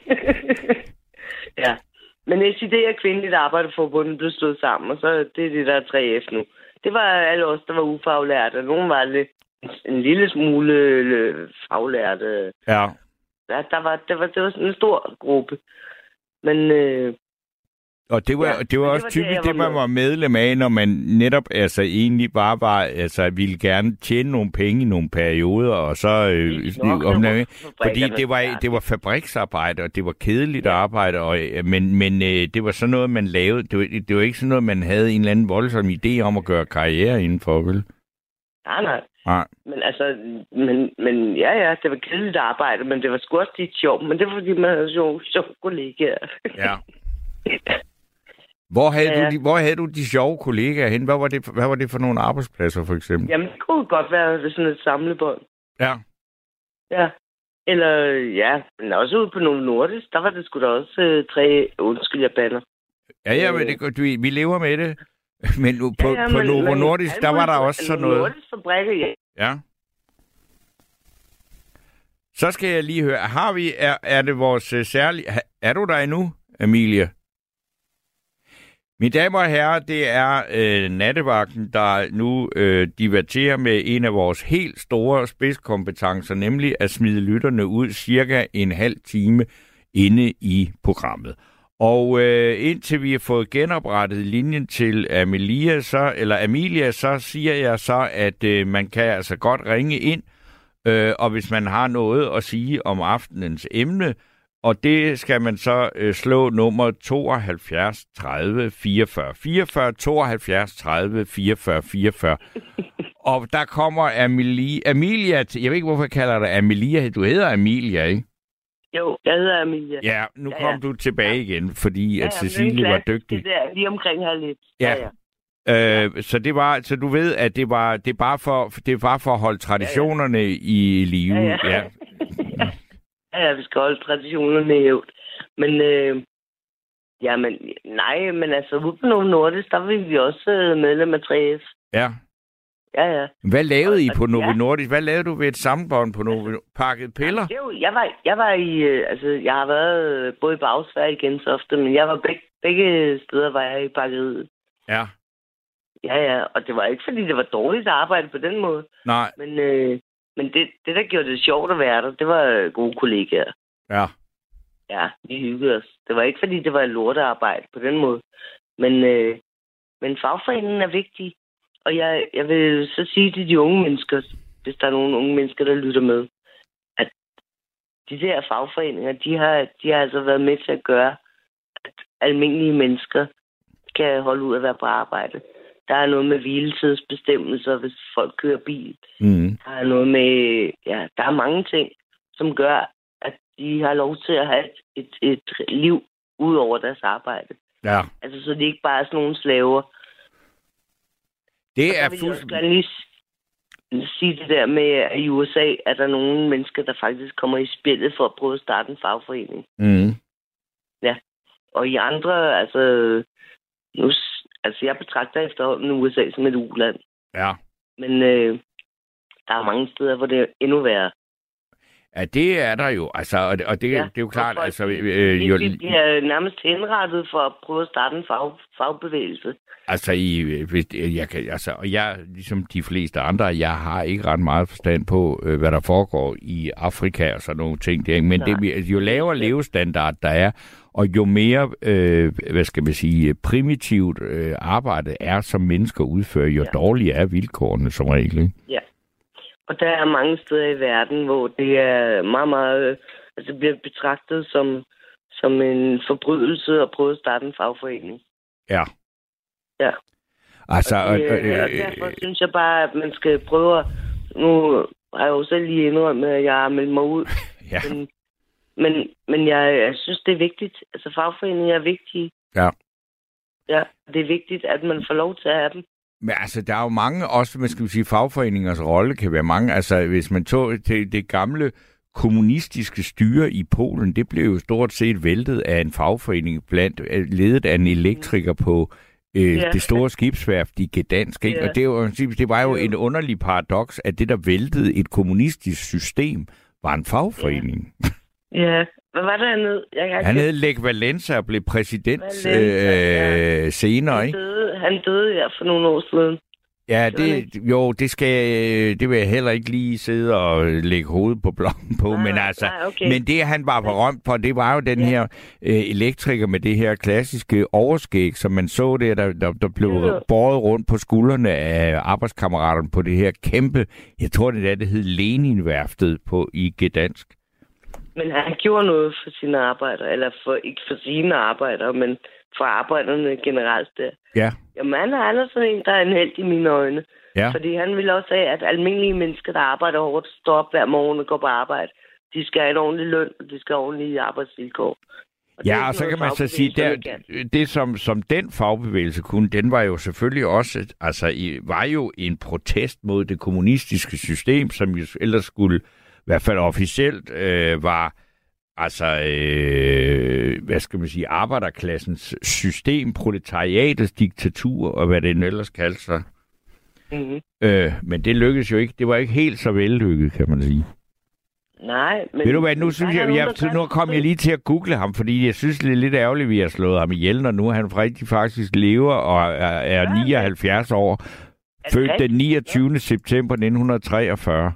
F: Ja. Men SID og Kvindeligt Arbejderforbund blev slået sammen, og så det er det, der er 3F nu. Det var alle os, der var ufaglærte, og nogen var lidt, en lille smule faglærte.
C: Ja.
F: Ja, det var sådan en stor gruppe. Men...
C: Og det var også typisk det, man var medlem af, når man netop egentlig bare var, altså ville gerne tjene nogle penge i nogle perioder, og så... fordi det var fabriksarbejde, og det var kedeligt arbejde, og, men det var sådan noget, man lavede. Det var ikke sådan noget, man havde en eller anden voldsom idé om at gøre karriere indenfor, vel?
F: Nej.
C: Men
F: altså, men det var kedeligt arbejde, men det var sgu også lidt sjovt, men det var fordi, man havde sjov kollegaer.
C: Ja. Hvor havde du de sjove kollegaer hen? Hvad var det for nogle arbejdspladser, for eksempel?
F: Jamen, det kunne godt være ved sådan et samlebånd.
C: Ja.
F: Ja. Eller, men også ude på Novo Nordisk, der var det sgu da også 3... Undskyld, jeg bander.
C: Ja, men vi lever med det. Men på Novo Nordisk, der var der også sådan noget...
F: Novo Nordisk fabrikker, ja.
C: Ja. Så skal jeg lige høre, er det vores særlige... Er du der endnu, Amelia? Mine damer og herrer, det er nattevagten, der nu diverterer med en af vores helt store spidskompetencer, nemlig at smide lytterne ud cirka en halv time inde i programmet. Og indtil vi har fået genoprettet linjen til Amelia, så siger jeg så, at man kan altså godt ringe ind, og hvis man har noget at sige om aftenens emne, og det skal man så slå nummer 72 30 44 44, 72 30 44 44. Og der kommer Amelia, jeg ved ikke, hvorfor jeg kalder dig Amelia. Du hedder Amelia, ikke?
F: Jo, jeg hedder Amelia.
C: Ja, nu kom du tilbage igen, fordi at Cecilie var dygtig.
F: Det er lige omkring her lidt.
C: Ja. Så du ved, at det er bare for at holde traditionerne i live. Ja.
F: Ja, vi skal holde traditionerne i hævd. Men, men altså, ude på Novo Nordisk, der vil vi også medlem af 3F.
C: Ja.
F: Ja.
C: Hvad lavede I på Novo Nordisk? Hvad lavede du ved et sammenbånd på Novo? Pakket piller?
F: Jeg var i, jeg har været både i Bagsvær i Gentofte, men jeg var begge steder, var jeg i pakkeriet.
C: Ja.
F: Ja, og det var ikke, fordi det var dårligt at arbejde på den måde.
C: Nej.
F: Men det, der gjorde det sjovt at være der, det var gode kollegaer.
C: Ja.
F: Ja, vi hyggede os. Det var ikke, fordi det var et lortearbejde på den måde. Men fagforeningen er vigtig. Og jeg vil så sige til de unge mennesker, hvis der er nogle unge mennesker, der lytter med, at de der fagforeninger, de har altså været med til at gøre, at almindelige mennesker kan holde ud at være på arbejde. Der er noget med hviletidsbestemmelser, hvis folk kører bil.
C: Mm.
F: Der er noget med... Ja, der er mange ting, som gør, at de har lov til at have et liv ud over deres arbejde.
C: Ja.
F: Altså, så de ikke bare er sådan nogle slaver.
C: Det er
F: fuldstændig... lige sige det der med, at i USA er der nogle mennesker, der faktisk kommer i spillet for at prøve at starte en fagforening.
C: Mm.
F: Ja. Og i andre, jeg betragter efterhånden USA som et uland.
C: Ja.
F: Men der er mange steder, hvor det er endnu værre.
C: Ja, det er der jo. Altså, og det er jo klart...
F: De er nærmest henrettet for at prøve at starte en fagbevægelse.
C: Altså, jeg, ligesom de fleste andre, jeg har ikke ret meget forstand på, hvad der foregår i Afrika og sådan nogle ting. Men jo lavere levestandard der er, og jo mere, primitivt arbejdet er, som mennesker udfører, jo dårligere er vilkårene som regel. Ikke?
F: Ja. Og der er mange steder i verden, hvor det er meget, meget... bliver betragtet som en forbrydelse at prøve at starte en fagforening.
C: Ja.
F: Ja.
C: Altså,
F: og derfor synes jeg bare, at man skal prøve at... Nu har jeg jo selv lige indrømmet, at jeg har meldt mig ud.
C: Ja.
F: Men jeg synes, det er vigtigt. Altså, fagforeninger er vigtige.
C: Ja.
F: Ja, det er vigtigt, at man får lov til at have dem.
C: Men altså, der er jo mange, også, man skal sige, fagforeningers rolle kan være mange. Altså, hvis man tog det gamle kommunistiske styre i Polen, det blev jo stort set væltet af en fagforening, ledet af en elektriker på det store skibsværft i Gdansk. Ikke? Og det var jo en underlig paradoks, at det, der væltede et kommunistisk system, var en fagforening.
F: Ja. Hvad var det,
C: han hed Lech Walesa og blev præsident senere, ikke?
F: Han døde for nogle år siden.
C: Ja, det vil jeg heller ikke lige sidde og lægge hovedet på blokken på, men det han var berømt for, det var jo den her elektriker med det her klassiske overskæg, som man så der blev båret rundt på skuldrene af arbejdskammeraterne på det her kæmpe, jeg tror det hed Lenin-værftet i Gdansk.
F: Men han gjorde noget for sine arbejdere, eller ikke for sine arbejdere, men for arbejderne generelt der.
C: Ja.
F: Jamen, han er sådan en, der er en helt i mine øjne.
C: Ja.
F: Fordi han vil også have, at almindelige mennesker, der arbejder hårdt, står op hver morgen og går på arbejde. De skal have en ordentlig løn, og de skal have ordentlige arbejdsvilkår.
C: Og så kan man så sige, det som den fagbevægelse kunne, den var jo selvfølgelig også, var jo en protest mod det kommunistiske system, som jo ellers skulle, i hvert fald officielt, var arbejderklassens system, proletariatets diktatur, og hvad det ellers kaldte sig. Mm-hmm. Men det lykkedes jo ikke. Det var ikke helt så vellykket, kan man sige.
F: Nej, men...
C: Ved du hvad, nu synes nu kom jeg lige til at google ham, fordi jeg synes, det er lidt ærgerligt, at vi har slået ham ihjel, og nu han faktisk lever og er 79 år. Født den 29. september 1943.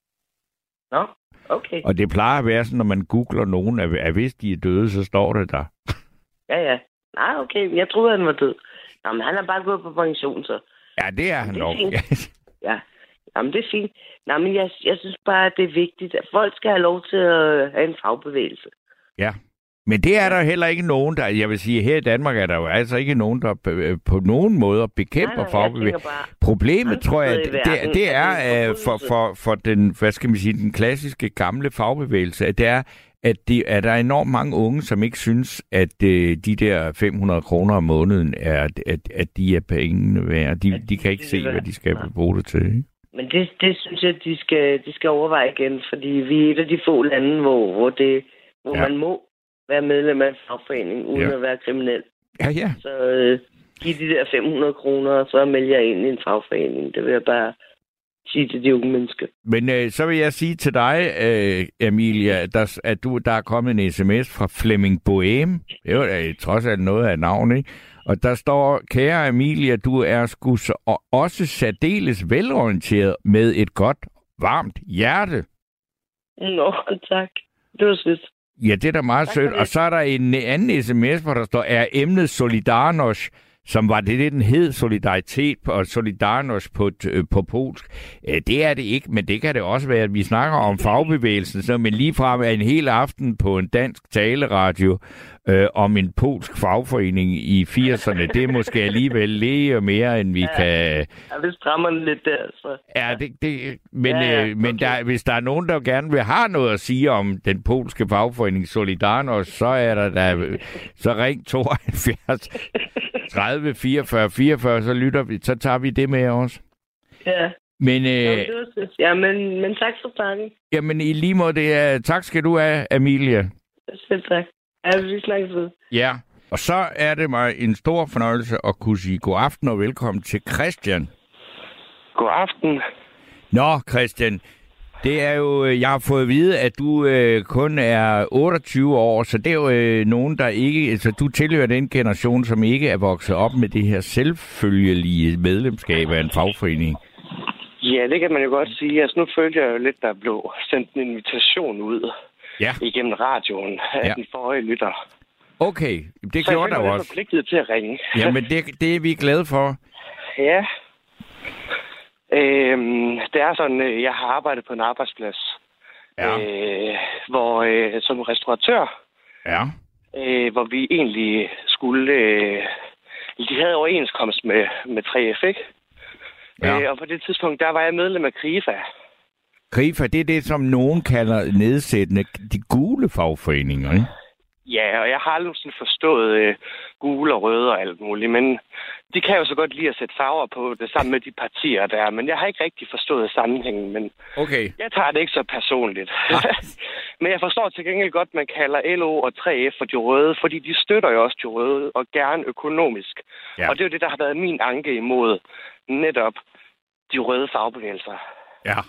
F: Nå, okay.
C: Og det plejer at være sådan, når man googler nogen, at hvis de er døde, så står det der.
F: Ja. Nej, okay. Jeg troede, han var død. Nå, men han er bare gået på pension, så.
C: Ja, det er han nok.
F: Ja, jamen det er fint. Nej, men jeg synes bare, at det er vigtigt, at folk skal have lov til at have en fagbevægelse.
C: Ja, men det er der heller ikke nogen, der... Jeg vil sige, her i Danmark er der jo altså ikke nogen, der på nogen måde bekæmper fagbevægelsen. Problemet, tror jeg, det er for den, den klassiske gamle fagbevægelse, at det er, at der er enormt mange unge, som ikke synes, at de der 500 kroner om måneden, at de er pengene værd. De kan ikke se, hvad de skal bruge det til. Ikke?
F: Men det synes jeg, de skal overveje igen, fordi vi er et af de få lande, hvor man må være medlem af en fagforening, uden at være kriminel.
C: Ja.
F: Så giv de der 500 kroner, og så melde jer ind i en fagforening. Det vil jeg bare sige til de unge mennesker. Men
C: så vil jeg sige til dig, Emilia, at der er kommet en sms fra Flemming Boehm. Det er jo trods alt noget af navn, ikke? Og der står, kære Emilia, du er sgu også særdeles velorienteret med et godt, varmt hjerte.
F: Nå, tak. Det var sødt.
C: Ja, det er da meget sødt. Og så er der en anden sms, hvor der står, er emnet Solidarność, som var det, den hed, solidaritet og Solidarność på polsk. Det er det ikke, men det kan det også være, at vi snakker om fagbevægelsen, men ligefrem en hel aften på en dansk taleradio om en polsk fagforening i 80'erne. Det er måske alligevel lige mere, end vi kan...
F: Ja, vi strammer den lidt der, så...
C: Ja, men okay. Hvis der er nogen, der gerne vil have noget at sige om den polske fagforening Solidarność, så er der så ring 72 30, 44, 44, så tager vi det med også.
F: Ja.
C: Men,
F: men tak for snakken.
C: Jamen, i lige måde, tak skal du have, Amelia.
F: Selv tak. Ja, vi snakkes ved.
C: Ja, og så er det mig en stor fornøjelse at kunne sige god aften og velkommen til Christian.
G: God aften.
C: Nå, Christian, det er jo, jeg har fået at vide, at du kun er 28 år, så det er jo nogen, der ikke, altså du tilhører den generation, som ikke er vokset op med det her selvfølgelige medlemskab af en fagforening.
G: Ja, det kan man jo godt sige. Altså nu følte jeg jo lidt, der blev sendt en invitation ud igennem radioen af den forrige lytter.
C: Okay, det så gjorde der også. Så
G: jeg forpligtet til at ringe.
C: Jamen, det er vi glade for.
G: Ja. Det er sådan, jeg har arbejdet på en arbejdsplads, hvor som restauratør, hvor vi egentlig skulle, de havde overenskomst med 3F, ikke? Ja. Og på det tidspunkt, der var jeg medlem af KRIFA.
C: KRIFA, det er det, som nogen kalder nedsættende de gule fagforeninger, ikke?
G: Ja, og jeg har aldrig forstået gule og røde og alt muligt, men de kan jo så godt lide at sætte farver på det sammen med de partier der, men jeg har ikke rigtig forstået sammenhængen, men jeg tager det ikke så personligt. Men jeg forstår til gengæld godt, man kalder LO og 3F for de røde, fordi de støtter jo også de røde, og gerne økonomisk. Ja. Og det er jo det, der har været min anke imod netop de røde fagbevægelser. Ja.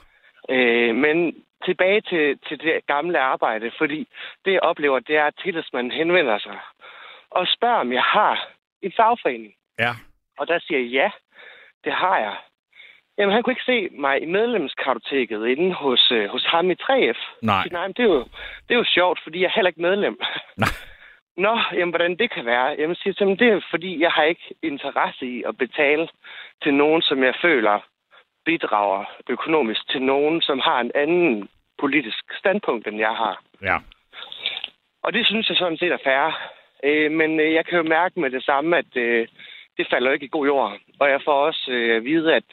G: Men tilbage til det gamle arbejde, fordi det, jeg oplever, det er, at tillidsmanden henvender sig og spørger, om jeg har en fagforening. Ja. Og der siger jeg, ja, det har jeg. Jamen, han kunne ikke se mig i medlemskartoteket inde hos ham i 3F. Nej. Så, nej, men det er jo sjovt, fordi jeg er heller ikke medlem. Nej. Nå, jamen, hvordan det kan være? Jamen, siger jeg, det er fordi, jeg har ikke interesse i at betale til nogen, som jeg føler bidrager økonomisk til nogen, som har en anden politisk standpunkt, end jeg har. Ja. Og det synes jeg sådan set er fair. Men jeg kan jo mærke med det samme, at det falder ikke i god jord. Og jeg får også at vide, at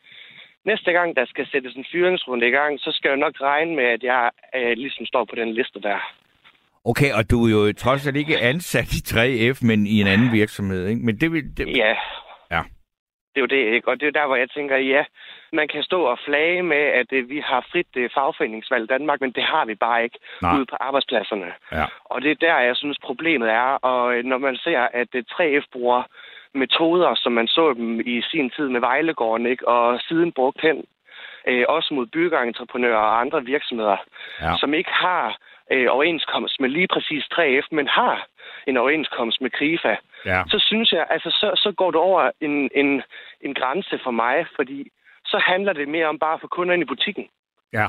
G: næste gang, der skal sættes en fyringsrunde i gang, så skal jeg nok regne med, at jeg ligesom står på den liste der.
C: Okay, og du er jo trods alt ikke ansat i 3F, men i en anden virksomhed, ikke? Men
G: Ja. Ja. Det er jo det, ikke? Og det er der, hvor jeg tænker, ja, man kan stå og flage med, at vi har frit fagforeningsvalg i Danmark, men det har vi bare ikke ude på arbejdspladserne. Ja. Og det er der, jeg synes, problemet er. Og når man ser, at 3F bruger metoder, som man så dem i sin tid med Vejlegården, ikke? Og siden brugt hen, også mod byggeentreprenører og andre virksomheder, som ikke har overenskomst med lige præcis 3F, men har en overenskomst med KRIFA, så synes jeg, altså så går det over en grænse for mig, fordi så handler det mere om bare at få kunder ind i butikken. Ja.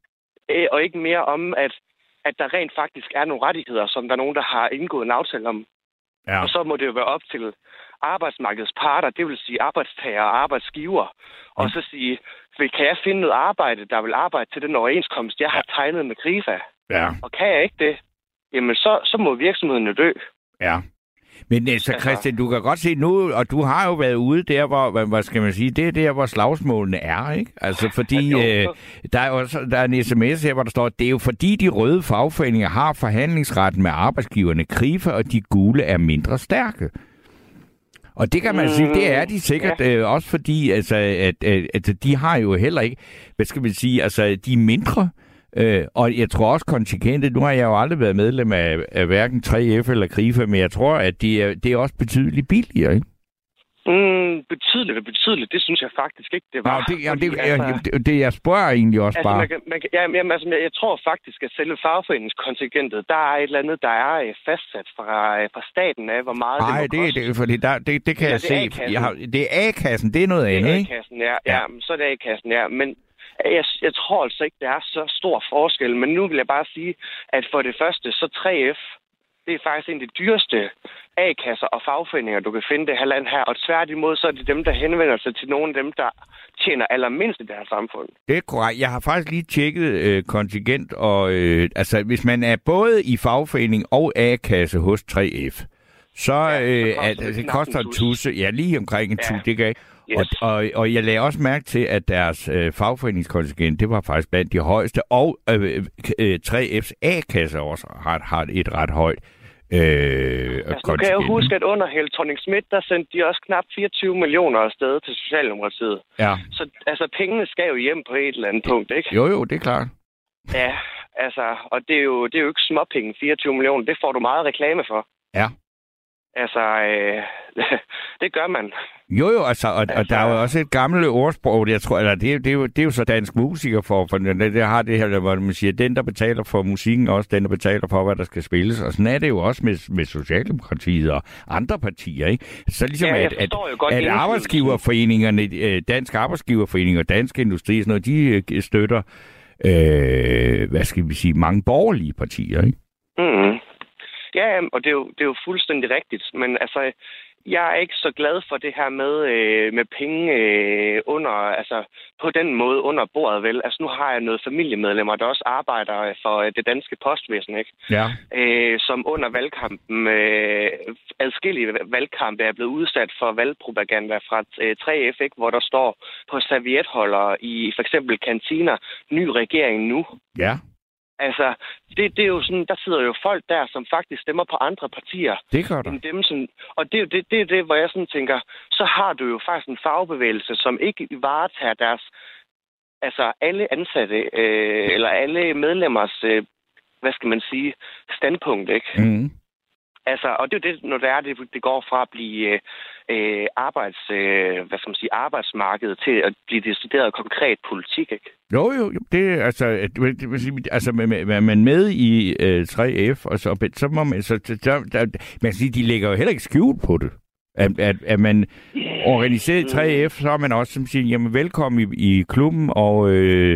G: Og ikke mere om, at der rent faktisk er nogle rettigheder, som der er nogen, der har indgået en aftale om. Ja. Og så må det jo være op til arbejdsmarkedets parter, det vil sige arbejdstager og arbejdsgiver, og så sige, kan jeg finde noget arbejde, der vil arbejde til den overenskomst, jeg har tegnet med KRIFA? Ja. Og kan jeg ikke det, jamen så må virksomheden jo dø. Ja. Men så Christian, du kan godt se nu, og du har jo været ude der, hvor, hvad skal man sige, det er der, hvor slagsmålene er, ikke? Altså fordi, der er en sms her, hvor der står, det er jo fordi de røde fagforeninger har forhandlingsretten med arbejdsgiverne KRIFA, og de gule er mindre stærke. Og det kan man sige, det er de sikkert også fordi, altså, at de har jo heller ikke, hvad skal man sige, altså de er mindre. Og jeg tror også kontingentet, nu har jeg jo aldrig været medlem af hverken 3F eller KRIFA, men jeg tror, at det er også betydeligt billigere, ikke? Betydeligt, det synes jeg faktisk ikke, det var.
C: Det jeg spørger egentlig også
G: altså, bare. Jeg tror faktisk, at selve fagforeningskontingentet, der er et eller andet, der er fastsat fra staten af, hvor meget det må koste.
C: Fordi det kan jeg se. Det er A-kassen, det er noget andet, ikke?
G: Det er A-kassen, ja. Så er det A-kassen, ja. Men jeg tror altså ikke, der er så stor forskel. Men nu vil jeg bare sige, at for det første, så 3F, det er faktisk en af de dyreste A-kasser og fagforeninger, du kan finde det her land her. Og tværtimod, så er det dem, der henvender sig til nogle af dem, der tjener allermindst i det her samfund. Det
C: er korrekt. Jeg har faktisk lige tjekket kontingent, og altså hvis man er både i fagforening og A-kasse hos 3F, så det koster en tusse. Ja, lige omkring en tusse, det kan. Yes. Og jeg lagde også mærke til, at deres fagforeningskontingent, det var faktisk blandt de højeste, og 3F's A-kasse også har et ret højt.
G: Du kan jo huske, at under Helle Thorning-Schmidt, der sendte de også knap 24 millioner afsted til Socialdemokratiet.
C: Ja.
G: Så altså, pengene skal jo hjem på et eller andet punkt, ikke?
C: Jo, det er klart.
G: Ja, altså, og det er jo ikke småpenge, 24 millioner. Det får du meget reklame for.
C: Ja.
G: Altså, det gør man.
C: Jo, altså, og der er jo også et gammelt ordsprog, jeg tror, eller det er jo så dansk musiker for det har det her, hvor man siger, den, der betaler for musikken, også den, der betaler for, hvad der skal spilles. Og sådan er det jo også med Socialdemokratiet og andre partier, ikke? Så ligesom, at arbejdsgiverforeningerne, Dansk Arbejdsgiverforening og Dansk Industri, sådan noget, de støtter, hvad skal vi sige, mange borgerlige partier, ikke?
G: Mm. Ja, og det er jo fuldstændig rigtigt, men altså, jeg er ikke så glad for det her med penge under, altså på den måde under bordet, vel. Altså nu har jeg noget familiemedlemmer, der også arbejder for det danske postvæsen, ikke?
C: Ja.
G: Som under valgkampen, adskillige valgkampe er blevet udsat for valgpropaganda fra 3F, ikke? Hvor der står på servietholder i for eksempel kantiner, ny regering nu.
C: Ja.
G: Altså, det er jo sådan, der sidder jo folk der, som faktisk stemmer på andre partier.
C: Det gør der.
G: End dem, som, og det er jo det, hvor jeg sådan tænker, så har du jo faktisk en fagbevægelse, som ikke varetager deres, altså alle ansatte, eller alle medlemmers, hvad skal man sige, standpunkt, ikke?
C: Mm.
G: Altså, og det er jo det, når det går fra at blive arbejdsmarkedet til at blive decideret konkret politik, ikke?
C: Jo, det er altså man med i 3F, og så må man, man siger, de lægger jo heller ikke skjult på det. At man organiseret 3F, så er man også som siger, jamen velkommen i klubben, og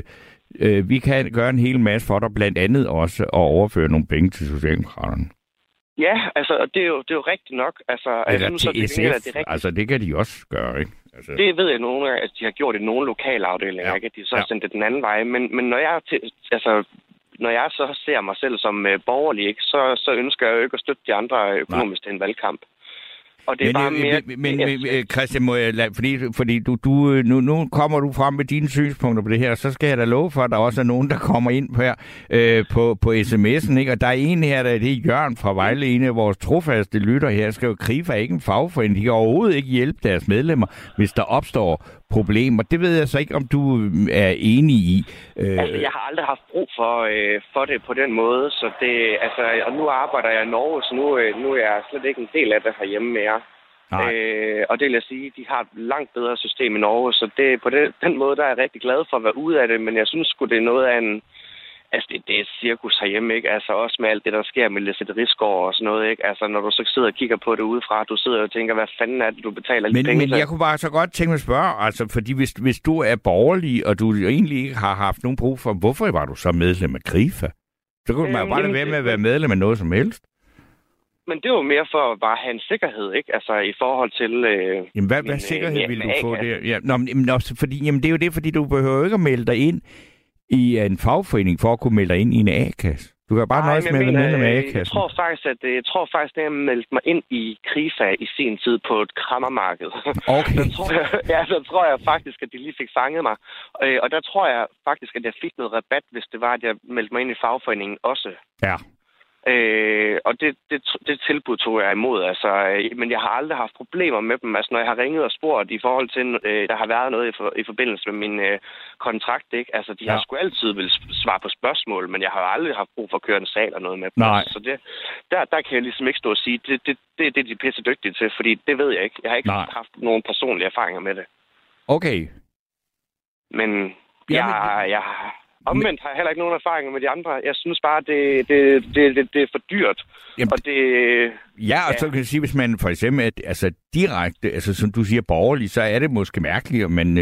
C: vi kan gøre en hel masse for dig, blandt andet også at overføre nogle penge til Socialdemokraterne.
G: Ja, altså, det er jo rigtigt nok. Altså,
C: eller til SF, altså det kan de også gøre, ikke? Altså... Det
G: ved jeg, at de har gjort i nogle lokalafdelinger, ikke? At de så har sendt det den anden vej. Men når jeg så ser mig selv som borgerlig, ikke, så ønsker jeg jo ikke at støtte de andre økonomisk til en valgkamp. Og det er bare mere...
C: Men Christian, må jeg fordi nu kommer du frem med dine synspunkter på det her, så skal jeg da love for, at der også er nogen, der kommer ind på her på sms'en, ikke? Og der er en her, det er Jørgen fra Vejle, en af vores trofaste lytter her, skriver, Krifa er ikke en fagforening. De kan overhovedet ikke hjælpe deres medlemmer, hvis der opstår problemer. Det ved jeg så ikke, om du er enig i.
G: Altså, jeg har aldrig haft brug for det på den måde, så det, altså, og nu arbejder jeg i Norge, så nu er jeg slet ikke en del af det herhjemme mere. Og det vil jeg sige, de har et langt bedre system i Norge, så det, på den måde, der er jeg rigtig glad for at være ude af det, men jeg synes sgu, det er noget af en... Altså, det er et cirkus herhjemme, ikke? Altså, også med alt det, der sker med Lizette Risgaard og sådan noget, ikke? Altså, når du så sidder og kigger på det udefra, du sidder og tænker, hvad fanden er det, du betaler lidt penge til?
C: Men jeg kunne bare så godt tænke mig at spørge, altså, fordi hvis du er borgerlig, og du egentlig ikke har haft nogen brug for, hvorfor var du så medlem af Krifa? Så kunne man jo bare lade være med at være medlem af noget som helst.
G: Men det var mere for at bare have en sikkerhed, ikke? Altså, i forhold til...
C: Jamen, hvad sikkerhed ville du få der? Ja, det er jo det, fordi du behøver ikke at melde dig ind i en fagforening for at kunne melde dig ind i en A-kasse. Du kan bare nøjes med at være medlem af A-kassen.
G: Jeg tror faktisk, at jeg meldte mig ind i Krifa i sin tid på et krammermarked.
C: Okay.
G: Så tror jeg faktisk, at de lige fik fanget mig. Og der tror jeg faktisk, at jeg fik noget rabat, hvis det var, at jeg meldte mig ind i fagforeningen også.
C: Ja.
G: Og det tilbud tog jeg imod, altså, men jeg har aldrig haft problemer med dem. Altså, når jeg har ringet og spurgt i forhold til, der har været noget i forbindelse med min kontrakt, ikke? Altså, de har sgu altid vil svare på spørgsmål, men jeg har aldrig haft brug for at køre en sag eller noget med dem.
C: Nej.
G: Så der kan jeg ligesom ikke stå og sige, det er det, de er pisse dygtige til, fordi det ved jeg ikke. Jeg har ikke haft nogen personlige erfaringer med det.
C: Okay.
G: Men jeg omvendt har jeg heller ikke nogen erfaringer med de andre. Jeg synes bare, det er for dyrt.
C: Jamen, og det... Ja, og så kan jeg sige, hvis man for eksempel direkte, altså som du siger, borgerlig, så er det måske mærkeligt, at man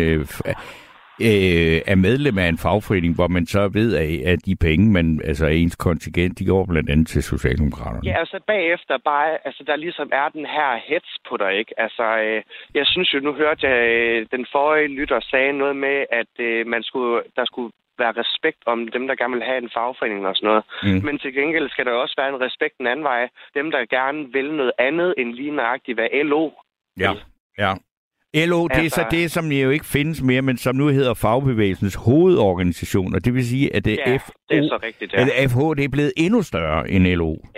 C: er medlem af en fagforening, hvor man så ved, at de penge, ens kontingent, de går blandt andet til Socialdemokraterne.
G: Ja, altså bagefter bare, altså der ligesom er den her hets på dig, ikke? Altså, jeg synes jo, nu hørte jeg den forrige lytter sagde noget med, at der skulle være respekt om dem, der gerne vil have en fagforening og sådan noget. Mm. Men til gengæld skal der også være en respekt den anden vej. Dem, der gerne vil noget andet end lige nøjagtigt, hvad LO.
C: Ja. LO, det er så det, som jo ikke findes mere, men som nu hedder Fagbevægelsens hovedorganisation, og det vil sige, at det er FH, det er blevet endnu større end LO.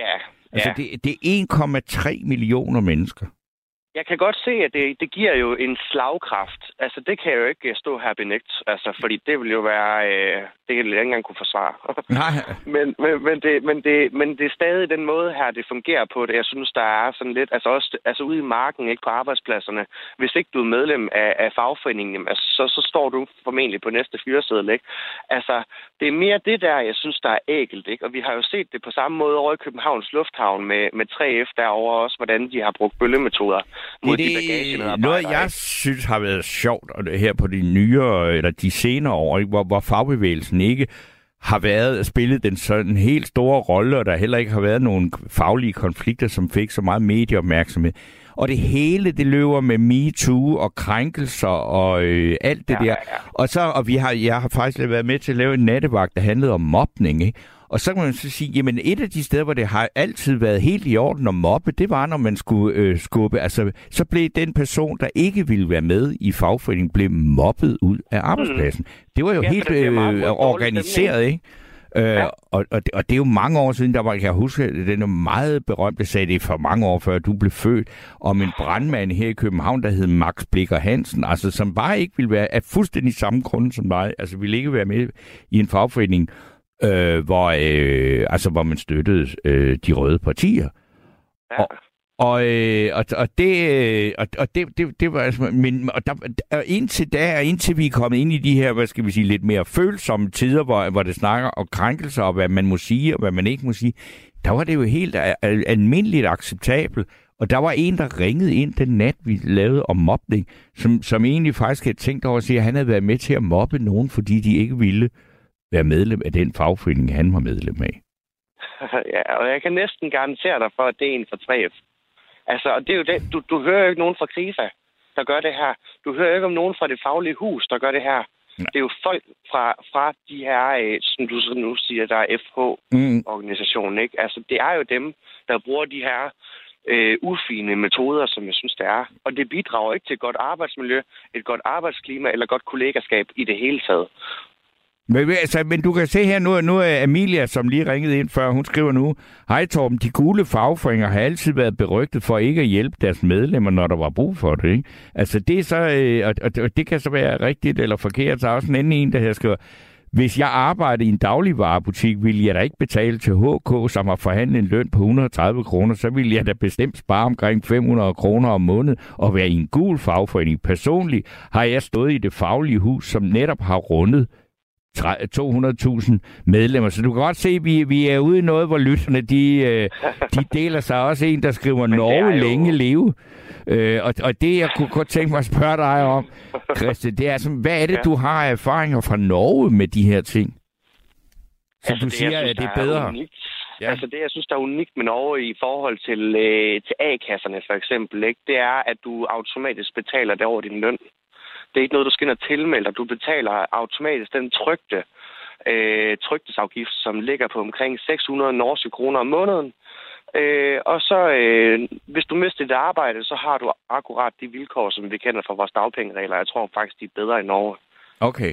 C: Altså, det er 1,3 millioner mennesker.
G: Jeg kan godt se, at det giver jo en slagkraft. Altså, det kan jeg jo ikke stå her benægt. Altså, fordi det vil jo være... det kan jeg ikke engang kunne forsvare.
C: Nej.
G: men det er stadig den måde her, det fungerer på det. Jeg synes, der er sådan lidt... Altså ude i marken, ikke på arbejdspladserne. Hvis ikke du er medlem af fagforeningen, altså, så står du formentlig på næste fyreseddel, ikke? Altså, det er mere det der, jeg synes, der er ægelt, ikke? Og vi har jo set det på samme måde over i Københavns Lufthavn med 3F derovre også, hvordan de har brugt bøllemetoder.
C: Det er noget, jeg synes har været sjovt her på de nyere, eller de senere år, ikke? Hvor fagbevægelsen ikke har spillet den sådan helt store rolle, og der heller ikke har været nogen faglige konflikter, som fik så meget medieopmærksomhed. Og det hele, det løber med MeToo og krænkelser og alt det der. Og jeg har faktisk været med til at lave en nattevagt, der handlede om mobning, ikke? Og så kan man så sige, jamen et af de steder, hvor det har altid været helt i orden at mobbe, det var, når man skulle skubbe. Altså, så blev den person, der ikke ville være med i fagforeningen, blev mobbet ud af arbejdspladsen. Det var jo helt organiseret, ikke? Og det er jo mange år siden, jeg kan huske, den er meget berømte sag, det er for mange år før du blev født, om en brandmand her i København, der hed Max Blicher Hansen, altså som bare ikke ville være af fuldstændig samme grund som dig, altså ville ikke være med i en fagforening, hvor man støttede de røde partier. Ja. Det var altså, men indtil vi er kommet ind i de her, hvad skal vi sige, lidt mere følsomme tider, hvor det snakker om krænkelser og hvad man må sige og hvad man ikke må sige, der var det jo helt almindeligt acceptabelt. Og der var en, der ringede ind den nat, vi lavede om mobning, som egentlig faktisk havde tænkt over at sige, at han havde været med til at mobbe nogen, fordi de ikke ville være medlem af den fagforening, han var medlem af.
G: Ja, og jeg kan næsten garantere dig for, at det er en fra 3F. Altså, og det er jo det. Du hører jo ikke nogen fra Krifa, der gør det her. Du hører ikke om nogen fra det faglige hus, der gør det her. Ja. Det er jo folk fra de her, som du nu siger, der er FH-organisationen, ikke? Altså, det er jo dem, der bruger de her ufine metoder, som jeg synes, det er. Og det bidrager ikke til et godt arbejdsmiljø, et godt arbejdsklima eller godt kollegaskab i det hele taget.
C: Men du kan se her, nu er Amelia, som lige ringede ind før, hun skriver nu, hej Torben, de gule fagforeninger har altid været berygtet for ikke at hjælpe deres medlemmer, når der var brug for det, ikke? Altså det er så, og det kan så være rigtigt eller forkert, så er også en anden en, der her skriver, hvis jeg arbejder i en dagligvarebutik, vil jeg da ikke betale til HK, som har forhandlet en løn på 130 kroner, så vil jeg da bestemt spare omkring 500 kroner om måneden og være i en gul fagforening. Personligt har jeg stået i det faglige hus, som netop har rundet 200.000 medlemmer. Så du kan godt se, at vi er ude i noget, hvor lytterne, de deler sig også en, der skriver Norge længe leve. Og det, jeg kunne godt tænke mig at spørge dig om, Christian, det er altså, hvad er det, du har af erfaringer fra Norge med de her ting? Så altså, du siger, at det er bedre.
G: Ja. Altså det, jeg synes, der er unikt med Norge i forhold til A-kasserne for eksempel, ikke? Det er, at du automatisk betaler det over din løn. Det er ikke noget, du skal ind og tilmelde dig. Du betaler automatisk den trygtesafgift, som ligger på omkring 600 norske kroner om måneden. Og så, hvis du mister dit arbejde, så har du akkurat de vilkår, som vi kender fra vores dagpengeregler. Jeg tror faktisk, de er bedre i Norge.
C: Okay.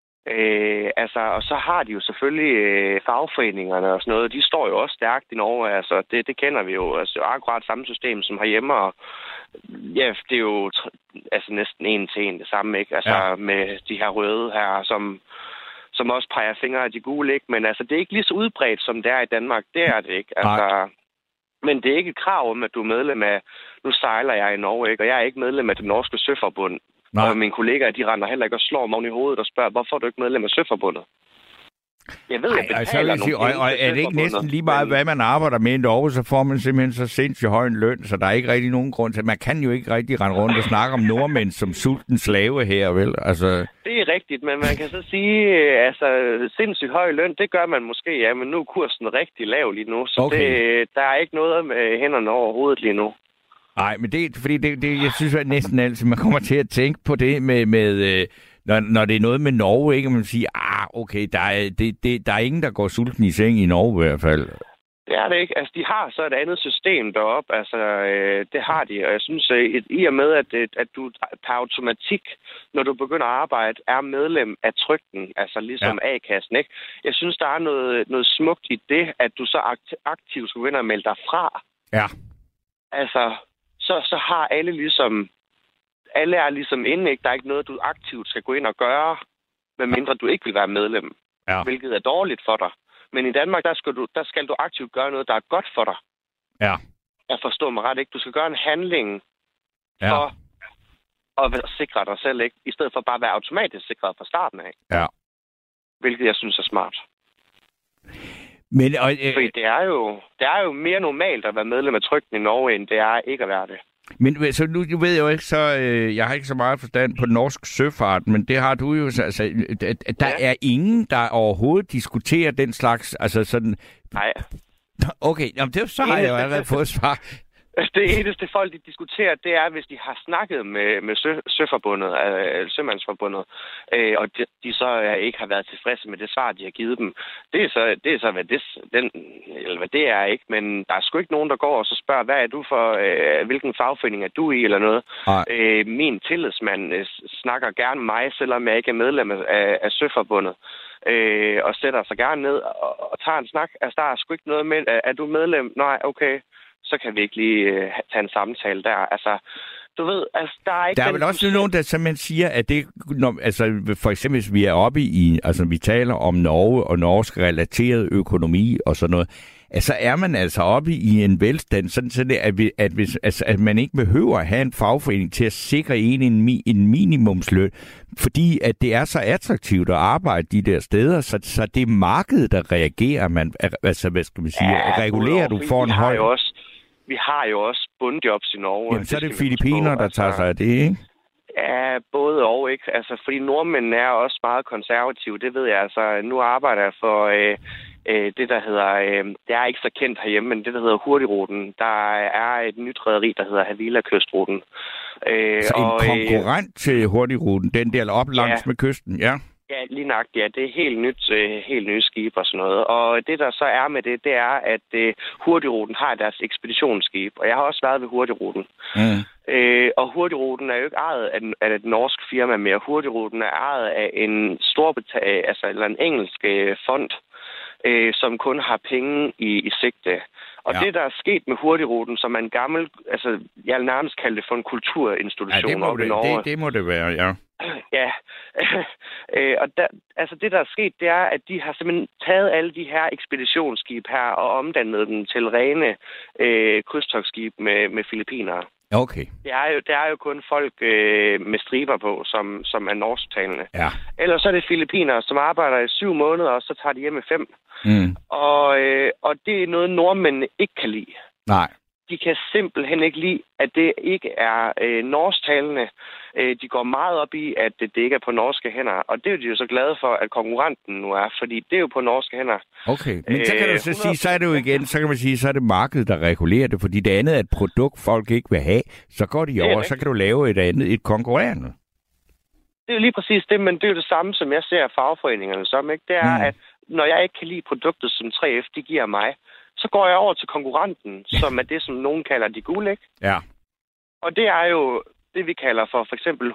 G: Og så har de jo selvfølgelig fagforeningerne og sådan noget. De står jo også stærkt i Norge. Altså, det kender vi jo. Altså, akkurat samme system som herhjemme. Og ja, det er jo næsten en til en det samme, ikke? Altså med de her røde her, som også peger fingre af de gule, ikke? Men altså, det er ikke lige så udbredt, som det er i Danmark. Det er det ikke. Altså, men det er ikke et krav om, at du er medlem af... Nu sejler jeg i Norge, ikke? Og jeg er ikke medlem af det norske søforbund. Nej. Og mine kollegaer, de render heller ikke og slår mig oven i hovedet og spørger, hvorfor er du ikke medlem af søforbundet? Jeg ved, jeg betaler
C: og er det ikke næsten lige meget, hvad man arbejder med i Norge, så får man simpelthen så sindssygt høj en løn, så der er ikke rigtig nogen grund til, man kan jo ikke rigtig rende rundt og snakke om nordmænd som sulten slave her, vel? Altså...
G: Det er rigtigt, men man kan så sige, sindssygt høj løn, det gør man måske, ja, men nu er kursen rigtig lav lige nu, så okay. Der er ikke noget med hænderne over hovedet lige nu.
C: Nej, men det er fordi, jeg synes at næsten altid, man kommer til at tænke på det med når det er noget med Norge, ikke? Man siger, okay, der er ingen, der går sulten i seng i Norge i hvert fald.
G: Det er det ikke. Altså, de har så et andet system deroppe. Altså, det har de. Og jeg synes, i og med, at du per automatik, når du begynder at arbejde, er medlem af trygten, altså ligesom A-kassen, ikke? Jeg synes, der er noget smukt i det, at du så aktivt skal gå ind og melde dig fra.
C: Ja.
G: Altså, så har alle ligesom... Alle er ligesom inde, ikke? Der er ikke noget, du aktivt skal gå ind og gøre, medmindre du ikke vil være medlem. Ja. Hvilket er dårligt for dig. Men i Danmark, der skal du aktivt gøre noget, der er godt for dig.
C: Ja.
G: Jeg forstår mig ret, ikke? Du skal gøre en handling for at sikre dig selv, ikke? I stedet for bare at være automatisk sikret fra starten af.
C: Ja.
G: Hvilket jeg synes er smart.
C: Men,
G: fordi det er jo mere normalt at være medlem af trygten i Norge, end det er ikke at være det.
C: Men så nu ved jeg jo ikke, så jeg har ikke så meget forstand på norsk søfart, men det har du jo, altså, der er ingen, der overhovedet diskuterer den slags, altså sådan...
G: Nej.
C: Okay, jamen så har jeg jo allerede fået svar.
G: Det eneste folk, de diskuterer, det er, hvis de har snakket med Søforbundet, Sømandsforbundet, og de så ikke har været tilfredse med det svar, de har givet dem. Det er så hvad det er, ikke? Men der er sgu ikke nogen, der går og så spørger, hvad er du for, hvilken fagforening er du i, eller noget. Min tillidsmand snakker gerne med mig, selvom jeg ikke er medlem af Søforbundet. Og sætter sig gerne ned og tager en snak. Altså, der er sgu ikke noget med, er du medlem? Nej, okay. Så kan vi ikke lige tage en samtale der. Altså, du ved, altså, der er ikke...
C: Der er vel også nogen, der simpelthen siger, at det... Altså, for eksempel, hvis vi er oppe i... Altså, vi taler om Norge og norsk relateret økonomi og sådan noget. Altså, er man altså oppe i en velstand, sådan at man ikke behøver at have en fagforening til at sikre en minimumsløn, fordi at det er så attraktivt at arbejde de der steder, så det er markedet, der reagerer. Man, altså, hvad skal man sige? Regulerer du for en høj...
G: Vi har jo også bundjobs i Norge.
C: Jamen, så er det Filippiner, der tager sig af det, ikke?
G: Ja, både og, ikke? Altså, fordi nordmændene er også meget konservative, det ved jeg. Altså, nu arbejder jeg for det, der hedder... det er ikke så kendt herhjemme, men det, der hedder Hurtigruten. Der er et nyt rederi, der hedder Havila Kystruten.
C: Så en konkurrent til Hurtigruten, den der op langs med kysten, ja?
G: Ja, lige nøjagtigt. Ja, det er helt nye skib og sådan noget. Og det, der så er med det, det er, at Hurtigruten har deres ekspeditionsskib. Og jeg har også været ved Hurtigruten. Og Hurtigruten er jo ikke ejet af et norsk firma mere. Hurtigruten er ejet af en eller en engelsk fond, som kun har penge i sigte. Og det, der er sket med Hurtigruten, som er en gammel, altså jeg vil nærmest kalde det for en kulturinstitution op i Norge.
C: Det må det være, ja.
G: Ja, og det, der er sket, det er, at de har simpelthen taget alle de her ekspeditionsskib her og omdannet dem til rene krydstogtskib med filippinere.
C: Okay.
G: Det er jo kun folk med striber på, som er norsktalende.
C: Ja.
G: Ellers så er det filippinere, som arbejder i 7 måneder, og så tager de hjem i 5. Og det er noget, nordmændene ikke kan lide.
C: Nej.
G: De kan simpelthen ikke lide, at det ikke er norsktalende. De går meget op i, at det ikke er på norske hænder. Og det er de jo så glade for, at konkurrenten nu er, fordi det er jo på norske hænder.
C: Okay, men så kan du så sige, så er det jo igen, så kan man sige, så er det markedet, der regulerer det, fordi det andet er et produkt, folk ikke vil have. Så går de over, så kan du lave et konkurrerende.
G: Det er jo lige præcis det, men det er jo det samme, som jeg ser fagforeningerne som, ikke? Det er, at når jeg ikke kan lide produktet, som 3F de giver mig, så går jeg over til konkurrenten, som er det, som nogen kalder de gule, ikke?
C: Ja.
G: Og det er jo det, vi kalder for eksempel 100%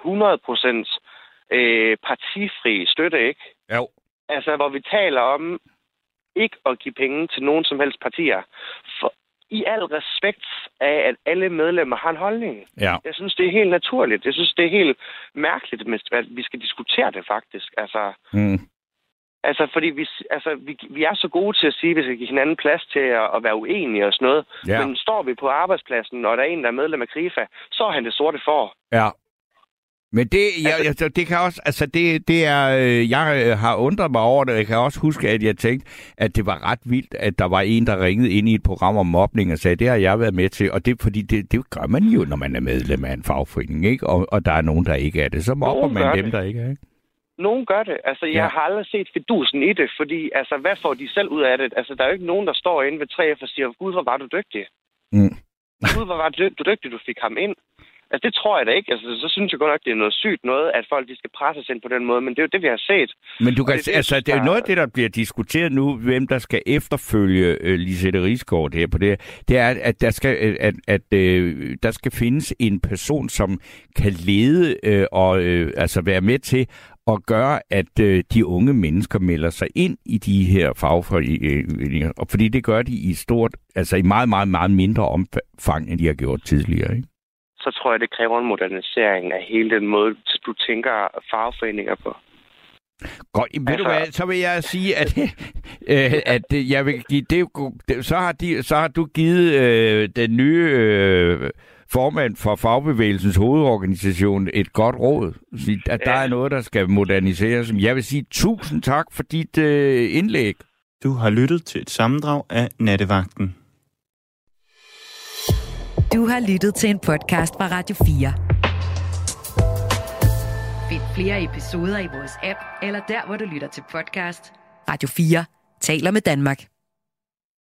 G: partifri støtte, ikke?
C: Jo.
G: Altså, hvor vi taler om ikke at give penge til nogen som helst partier. For i al respekt af, at alle medlemmer har en holdning.
C: Ja.
G: Jeg synes, det er helt naturligt. Jeg synes, det er helt mærkeligt, at vi skal diskutere det, faktisk. Altså, fordi vi er så gode til at sige, at vi skal give hinanden plads til at være uenige og sådan noget. Ja. Men står vi på arbejdspladsen, og der er en, der er medlem af Krifa, så er han det sorte får.
C: Ja. Men det kan også, altså det er, jeg har undret mig over det. Jeg kan også huske, at jeg tænkte, at det var ret vildt, at der var en, der ringede ind i et program om mobning og sagde, det har jeg været med til. Og det fordi det gør man jo, når man er medlem af en fagforening, ikke? Og der er nogen, der ikke er det. Så mobber man dem, der ikke er, ikke?
G: Nogen gør det. Altså, jeg har aldrig set fidusen i det, fordi, altså, hvad får de selv ud af det? Altså, der er jo ikke nogen, der står inde ved 3F og siger, Gud, hvor var du dygtig. Gud, hvor var du dygtig, du fik ham ind. Altså, det tror jeg da ikke. Altså, så synes jeg godt nok, det er noget sygt noget, at folk de skal presses ind på den måde, men det er jo det, vi har set.
C: Men du kan, det er jo noget af det, der bliver diskuteret nu, hvem der skal efterfølge Lisette Risgaard her på det. Det er, at der skal findes en person, som kan lede og altså være med til at gøre, at de unge mennesker melder sig ind i de her fagforeninger. Og fordi det gør de i meget, meget, meget mindre omfang, end de har gjort tidligere, ikke?
G: Så tror jeg, det kræver en modernisering af hele den måde, du tænker fagforeninger på.
C: Godt, ved du hvad, så vil jeg sige, at jeg vil give så har du givet den nye formand for Fagbevægelsens hovedorganisation et godt råd. At der er noget, der skal moderniseres. Jeg vil sige 1000 tak for dit indlæg.
H: Du har lyttet til et sammendrag af Nattevagten.
B: Du har lyttet til en podcast fra Radio 4. Find flere episoder i vores app, eller der, hvor du lytter til podcast. Radio 4 taler med Danmark.